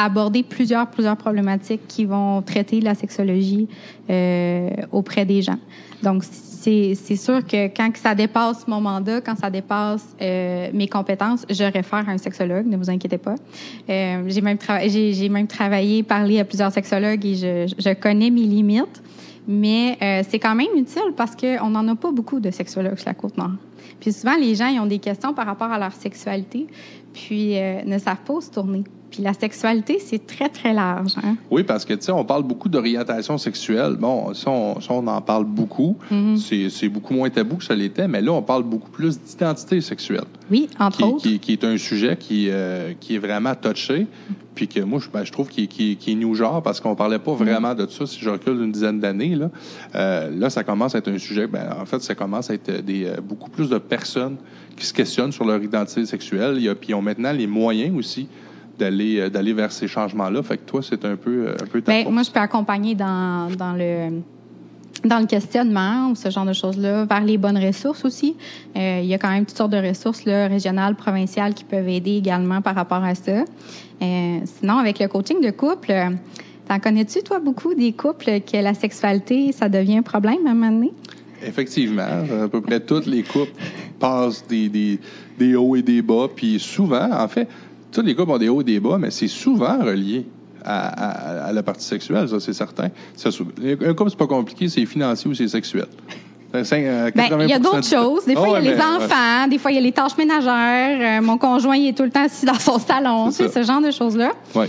[SPEAKER 11] aborder plusieurs, plusieurs problématiques qui vont traiter la sexologie euh, auprès des gens. Donc, c'est, c'est sûr que quand ça dépasse mon mandat, quand ça dépasse euh, mes compétences, je réfère à un sexologue, ne vous inquiétez pas. Euh, j'ai, même trava- j'ai, j'ai même travaillé, parlé à plusieurs sexologues et je, je connais mes limites, mais euh, c'est quand même utile parce qu'on n'en a pas beaucoup de sexologues sur la Côte-Nord. Puis souvent, les gens ils ont des questions par rapport à leur sexualité, puis euh, ne savent pas où se tourner. Puis la sexualité, c'est très, très large. Hein?
[SPEAKER 1] Oui, parce que, tu sais, on parle beaucoup d'orientation sexuelle. Bon, ça, on, ça, on en parle beaucoup. Mm-hmm. C'est, c'est beaucoup moins tabou que ça l'était, mais là, on parle beaucoup plus d'identité sexuelle.
[SPEAKER 11] Oui, entre
[SPEAKER 1] qui,
[SPEAKER 11] autres.
[SPEAKER 1] Qui, qui est un sujet qui, euh, qui est vraiment touché, puis que moi, je, ben, je trouve qu'il qui, qui est new genre, parce qu'on parlait pas vraiment de ça, si je recule d'une dizaine d'années. Là, euh, là ça commence à être un sujet, ben, en fait, ça commence à être des, euh, beaucoup plus de personnes qui se questionnent sur leur identité sexuelle. Il y a, puis ils ont maintenant les moyens aussi d'aller d'aller vers ces changements-là. Fait que toi, c'est un peu un peu ta
[SPEAKER 11] ben,
[SPEAKER 1] force.
[SPEAKER 11] Moi, je peux accompagner dans, dans le dans le questionnement ou ce genre de choses-là, vers les bonnes ressources aussi. Euh, il y a quand même toutes sortes de ressources là, régionales, provinciales qui peuvent aider également par rapport à ça. Euh, sinon, avec le coaching de couple, t'en connais-tu, toi, beaucoup des couples que la sexualité, ça devient un problème à un moment donné?
[SPEAKER 1] Effectivement. À peu près tous les couples passent des, des, des hauts et des bas. Puis souvent, en fait, tous les couples ont des hauts et des bas, mais c'est souvent relié à, à, à la partie sexuelle, ça, c'est certain. Ça, un couple, c'est pas compliqué, c'est financier ou c'est sexuel.
[SPEAKER 11] cinq, euh, ben, il y a d'autres choses. Des fois, oh, il y a ouais, les enfants, ouais. Des fois, il y a les tâches ménagères. Euh, mon conjoint, il est tout le temps assis dans son salon, tu sais, ce genre de choses-là.
[SPEAKER 1] Ouais.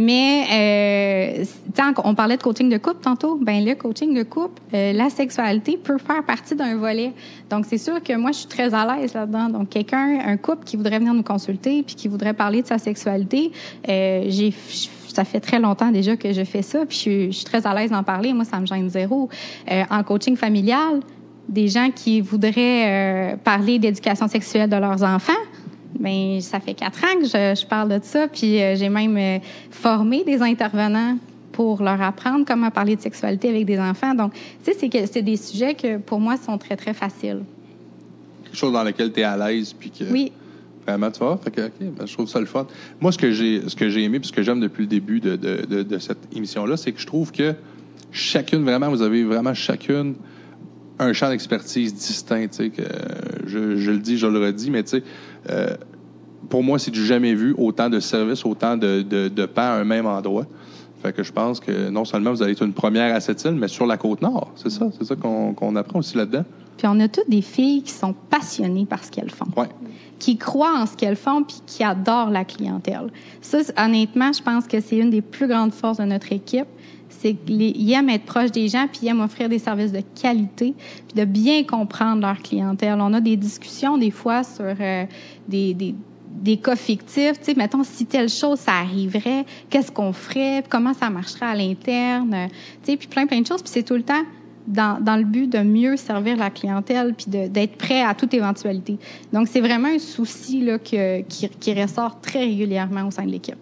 [SPEAKER 11] Mais, euh, on parlait de coaching de couple tantôt. Ben, le coaching de couple, euh, la sexualité peut faire partie d'un volet. Donc, c'est sûr que moi, je suis très à l'aise là-dedans. Donc, quelqu'un, un couple qui voudrait venir nous consulter puis qui voudrait parler de sa sexualité, euh, j'ai ça fait très longtemps déjà que je fais ça, puis je suis, je suis très à l'aise d'en parler. Moi, ça me gêne zéro. Euh, en coaching familial, des gens qui voudraient euh, parler d'éducation sexuelle de leurs enfants, bien, ça fait quatre ans que je, je parle de ça, puis euh, j'ai même euh, formé des intervenants pour leur apprendre comment parler de sexualité avec des enfants. Donc, tu sais, c'est, que, c'est des sujets que, pour moi, sont très, très faciles.
[SPEAKER 1] Quelque chose dans lequel tu es à l'aise, puis que...
[SPEAKER 11] Oui.
[SPEAKER 1] Vraiment, tu vois? Fait que, OK, ben, je trouve ça le fun. Moi, ce que j'ai, ce que j'ai aimé, puis ce que j'aime depuis le début de, de, de, de cette émission-là, c'est que je trouve que chacune, vraiment, vous avez vraiment chacune un champ d'expertise distinct, tu sais, que je, je le dis, je le redis, mais tu sais, euh, pour moi, c'est du jamais vu, autant de services, autant de, de, de pas à un même endroit. Fait que je pense que non seulement vous allez être une première à cette île, mais sur la Côte-Nord, c'est ça, c'est ça qu'on, qu'on apprend aussi là-dedans.
[SPEAKER 11] Puis on a toutes des filles qui sont passionnées par ce qu'elles font.
[SPEAKER 1] Ouais.
[SPEAKER 11] Qui croient en ce qu'elles font puis qui adorent la clientèle. Ça, honnêtement, je pense que c'est une des plus grandes forces de notre équipe. C'est qu'ils aiment être proches des gens puis ils aiment offrir des services de qualité puis de bien comprendre leur clientèle. On a des discussions des fois sur euh, des, des, des cas fictifs. Tu sais, mettons, si telle chose, ça arriverait, qu'est-ce qu'on ferait, comment ça marcherait à l'interne, tu sais, puis plein, plein de choses. Puis c'est tout le temps Dans, dans le but de mieux servir la clientèle puis de, d'être prêt à toute éventualité. Donc, c'est vraiment un souci là, que, qui, qui ressort très régulièrement au sein de l'équipe.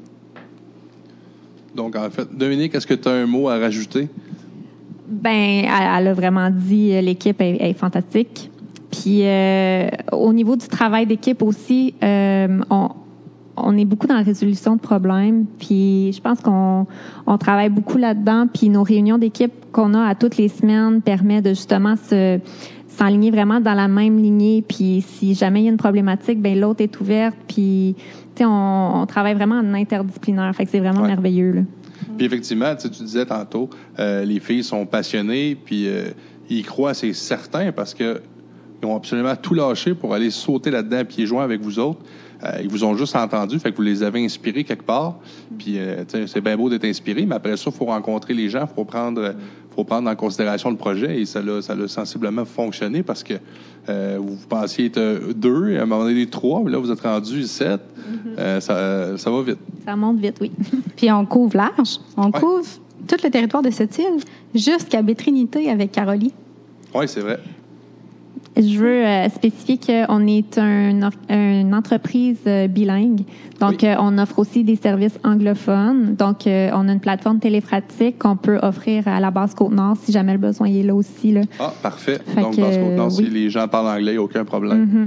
[SPEAKER 1] Donc, en fait, Dominique, est-ce que tu as un mot à rajouter?
[SPEAKER 10] Bien, elle, elle a vraiment dit l'équipe est, est fantastique. Puis, euh, au niveau du travail d'équipe aussi, euh, on On est beaucoup dans la résolution de problèmes, puis je pense qu'on on travaille beaucoup là-dedans, puis nos réunions d'équipe qu'on a à toutes les semaines permettent de justement se, s'enligner vraiment dans la même lignée, puis si jamais il y a une problématique, bien l'autre est ouverte, puis tu sais, on, on travaille vraiment en interdisciplinaire, fait que c'est vraiment ouais. merveilleux, là.
[SPEAKER 1] Puis effectivement, tu disais tantôt, euh, les filles sont passionnées, puis euh, ils y croient, c'est certain, parce que ils ont absolument tout lâché pour aller sauter là-dedans à pieds joints avec vous autres. Euh, ils vous ont juste entendu, fait que vous les avez inspirés quelque part. Puis, euh, c'est bien beau d'être inspiré, mais après ça, il faut rencontrer les gens, il faut prendre, faut prendre en considération le projet. Et ça l'a, ça l'a sensiblement fonctionné parce que euh, vous pensiez être deux, et à un moment donné, trois, mais là, vous êtes rendus sept. Mm-hmm. Euh, ça, ça va vite.
[SPEAKER 10] Ça monte vite, oui.
[SPEAKER 11] Puis on couvre large. On ouais. couvre tout le territoire de cette île jusqu'à Baie-Trinité avec Carolie.
[SPEAKER 1] Oui, c'est vrai.
[SPEAKER 10] Je veux euh, spécifier qu'on est un, une entreprise euh, bilingue. Donc, oui. euh, on offre aussi des services anglophones. Donc, euh, on a une plateforme télépratique qu'on peut offrir à la base Côte-Nord si jamais le besoin est là aussi. Là.
[SPEAKER 1] Ah, parfait. Fait Donc, que, base Côte-Nord, euh, si oui. les gens parlent anglais, il n'y a aucun problème.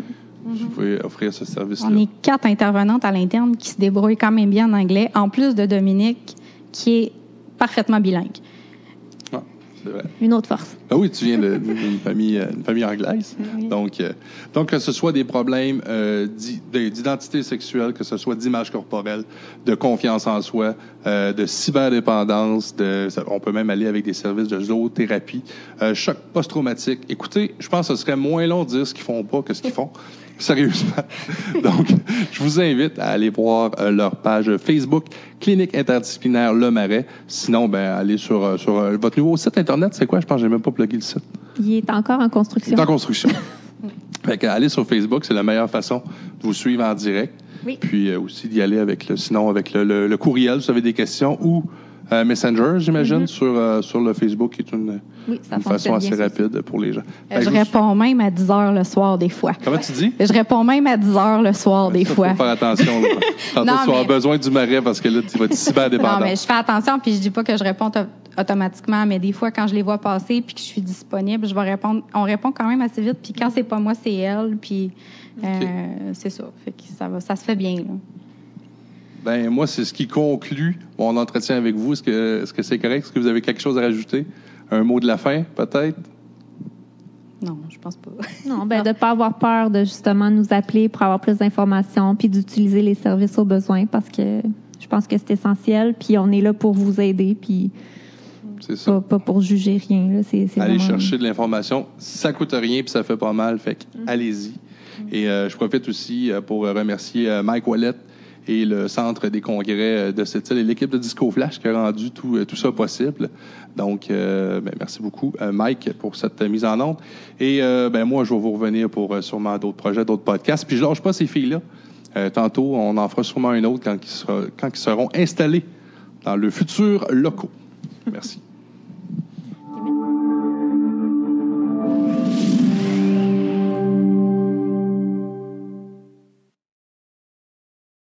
[SPEAKER 9] Vous pouvez offrir ce service-là.
[SPEAKER 11] On est quatre intervenantes à l'interne qui se débrouillent quand même bien en anglais, en plus de Dominique, qui est parfaitement bilingue.
[SPEAKER 9] Ah, c'est vrai.
[SPEAKER 10] Une autre force.
[SPEAKER 9] Ah oui, tu viens de- d'une famille, euh, une famille anglaise.
[SPEAKER 11] Oui.
[SPEAKER 9] Donc, euh, donc, que ce soit des problèmes euh, d'i- de- d'identité sexuelle, que ce soit d'image corporelle, de confiance en soi, euh, de cyberdépendance, de, ça- on peut même aller avec des services de zoothérapie, euh, choc post-traumatique. Écoutez, je pense que ce serait moins long de dire ce qu'ils font pas que ce qu'ils font. Sérieusement. Donc, je vous invite à aller voir euh, leur page Facebook, Clinique interdisciplinaire Le Marais. Sinon, ben, allez sur, euh, sur euh, votre nouveau site Internet. C'est quoi? Je pense que j'ai même pas plugué le site.
[SPEAKER 10] Il est encore en construction.
[SPEAKER 9] C'est en construction. Fait que, allez sur Facebook, c'est la meilleure façon de vous suivre en direct.
[SPEAKER 10] Oui.
[SPEAKER 9] Puis euh, aussi d'y aller avec le, sinon avec le, le, le courriel, si vous avez des questions, ou euh, Messenger, j'imagine,
[SPEAKER 10] Mm-hmm.
[SPEAKER 9] sur, euh, sur le Facebook, qui est une,
[SPEAKER 10] Oui, ça
[SPEAKER 9] une façon
[SPEAKER 10] fonctionne
[SPEAKER 9] assez
[SPEAKER 10] bien, ça.
[SPEAKER 9] rapide pour les gens.
[SPEAKER 11] Euh,
[SPEAKER 9] Fait
[SPEAKER 11] je
[SPEAKER 9] que vous-
[SPEAKER 11] réponds même à dix heures le soir des fois.
[SPEAKER 9] Comment tu dis?
[SPEAKER 11] Je réponds même à dix heures le soir des
[SPEAKER 9] Ça,
[SPEAKER 11] fois.
[SPEAKER 9] Faut faire attention. Là. Tantôt,
[SPEAKER 11] Non,
[SPEAKER 9] tu vas avoir
[SPEAKER 11] mais-
[SPEAKER 9] besoin du marais parce que là, tu vas être cyberdépendant.
[SPEAKER 11] Non, mais je fais attention, puis je dis pas que je réponds to- automatiquement, mais des fois, quand je les vois passer puis que je suis disponible, je vais répondre. On répond quand même assez vite, puis quand c'est pas moi, c'est elle, puis euh,
[SPEAKER 9] OK.
[SPEAKER 11] c'est ça. Fait que ça va, ça se fait bien, là.
[SPEAKER 9] Ben, moi, c'est ce qui conclut mon entretien avec vous. Est-ce que, est-ce que c'est correct? Est-ce que vous avez quelque chose à rajouter? Un mot de la fin, peut-être?
[SPEAKER 11] Non, je pense pas.
[SPEAKER 10] Non, ben de ne pas avoir peur de justement nous appeler pour avoir plus d'informations, puis d'utiliser les services au besoin, parce que je pense que c'est essentiel. Puis on est là pour vous aider, puis
[SPEAKER 9] C'est ça.
[SPEAKER 10] pas, pas pour juger rien. Là. C'est, c'est
[SPEAKER 9] Allez
[SPEAKER 10] vraiment-
[SPEAKER 9] chercher de l'information. Ça coûte rien puis ça fait pas mal. Fait que allez-y. Et euh, je profite aussi euh, pour remercier euh, Mike Ouellet et le Centre des congrès euh, de cette île et l'équipe de Disco Flash qui a rendu tout, euh, tout ça possible. Donc, euh, ben, merci beaucoup, euh, Mike, pour cette euh, mise en onde. Et euh, ben, moi, je vais vous revenir pour euh, sûrement d'autres projets, d'autres podcasts. Puis je lâche pas ces filles-là. Euh, tantôt, on en fera sûrement un autre quand ils, sera, quand ils seront installés dans le futur locaux. Merci.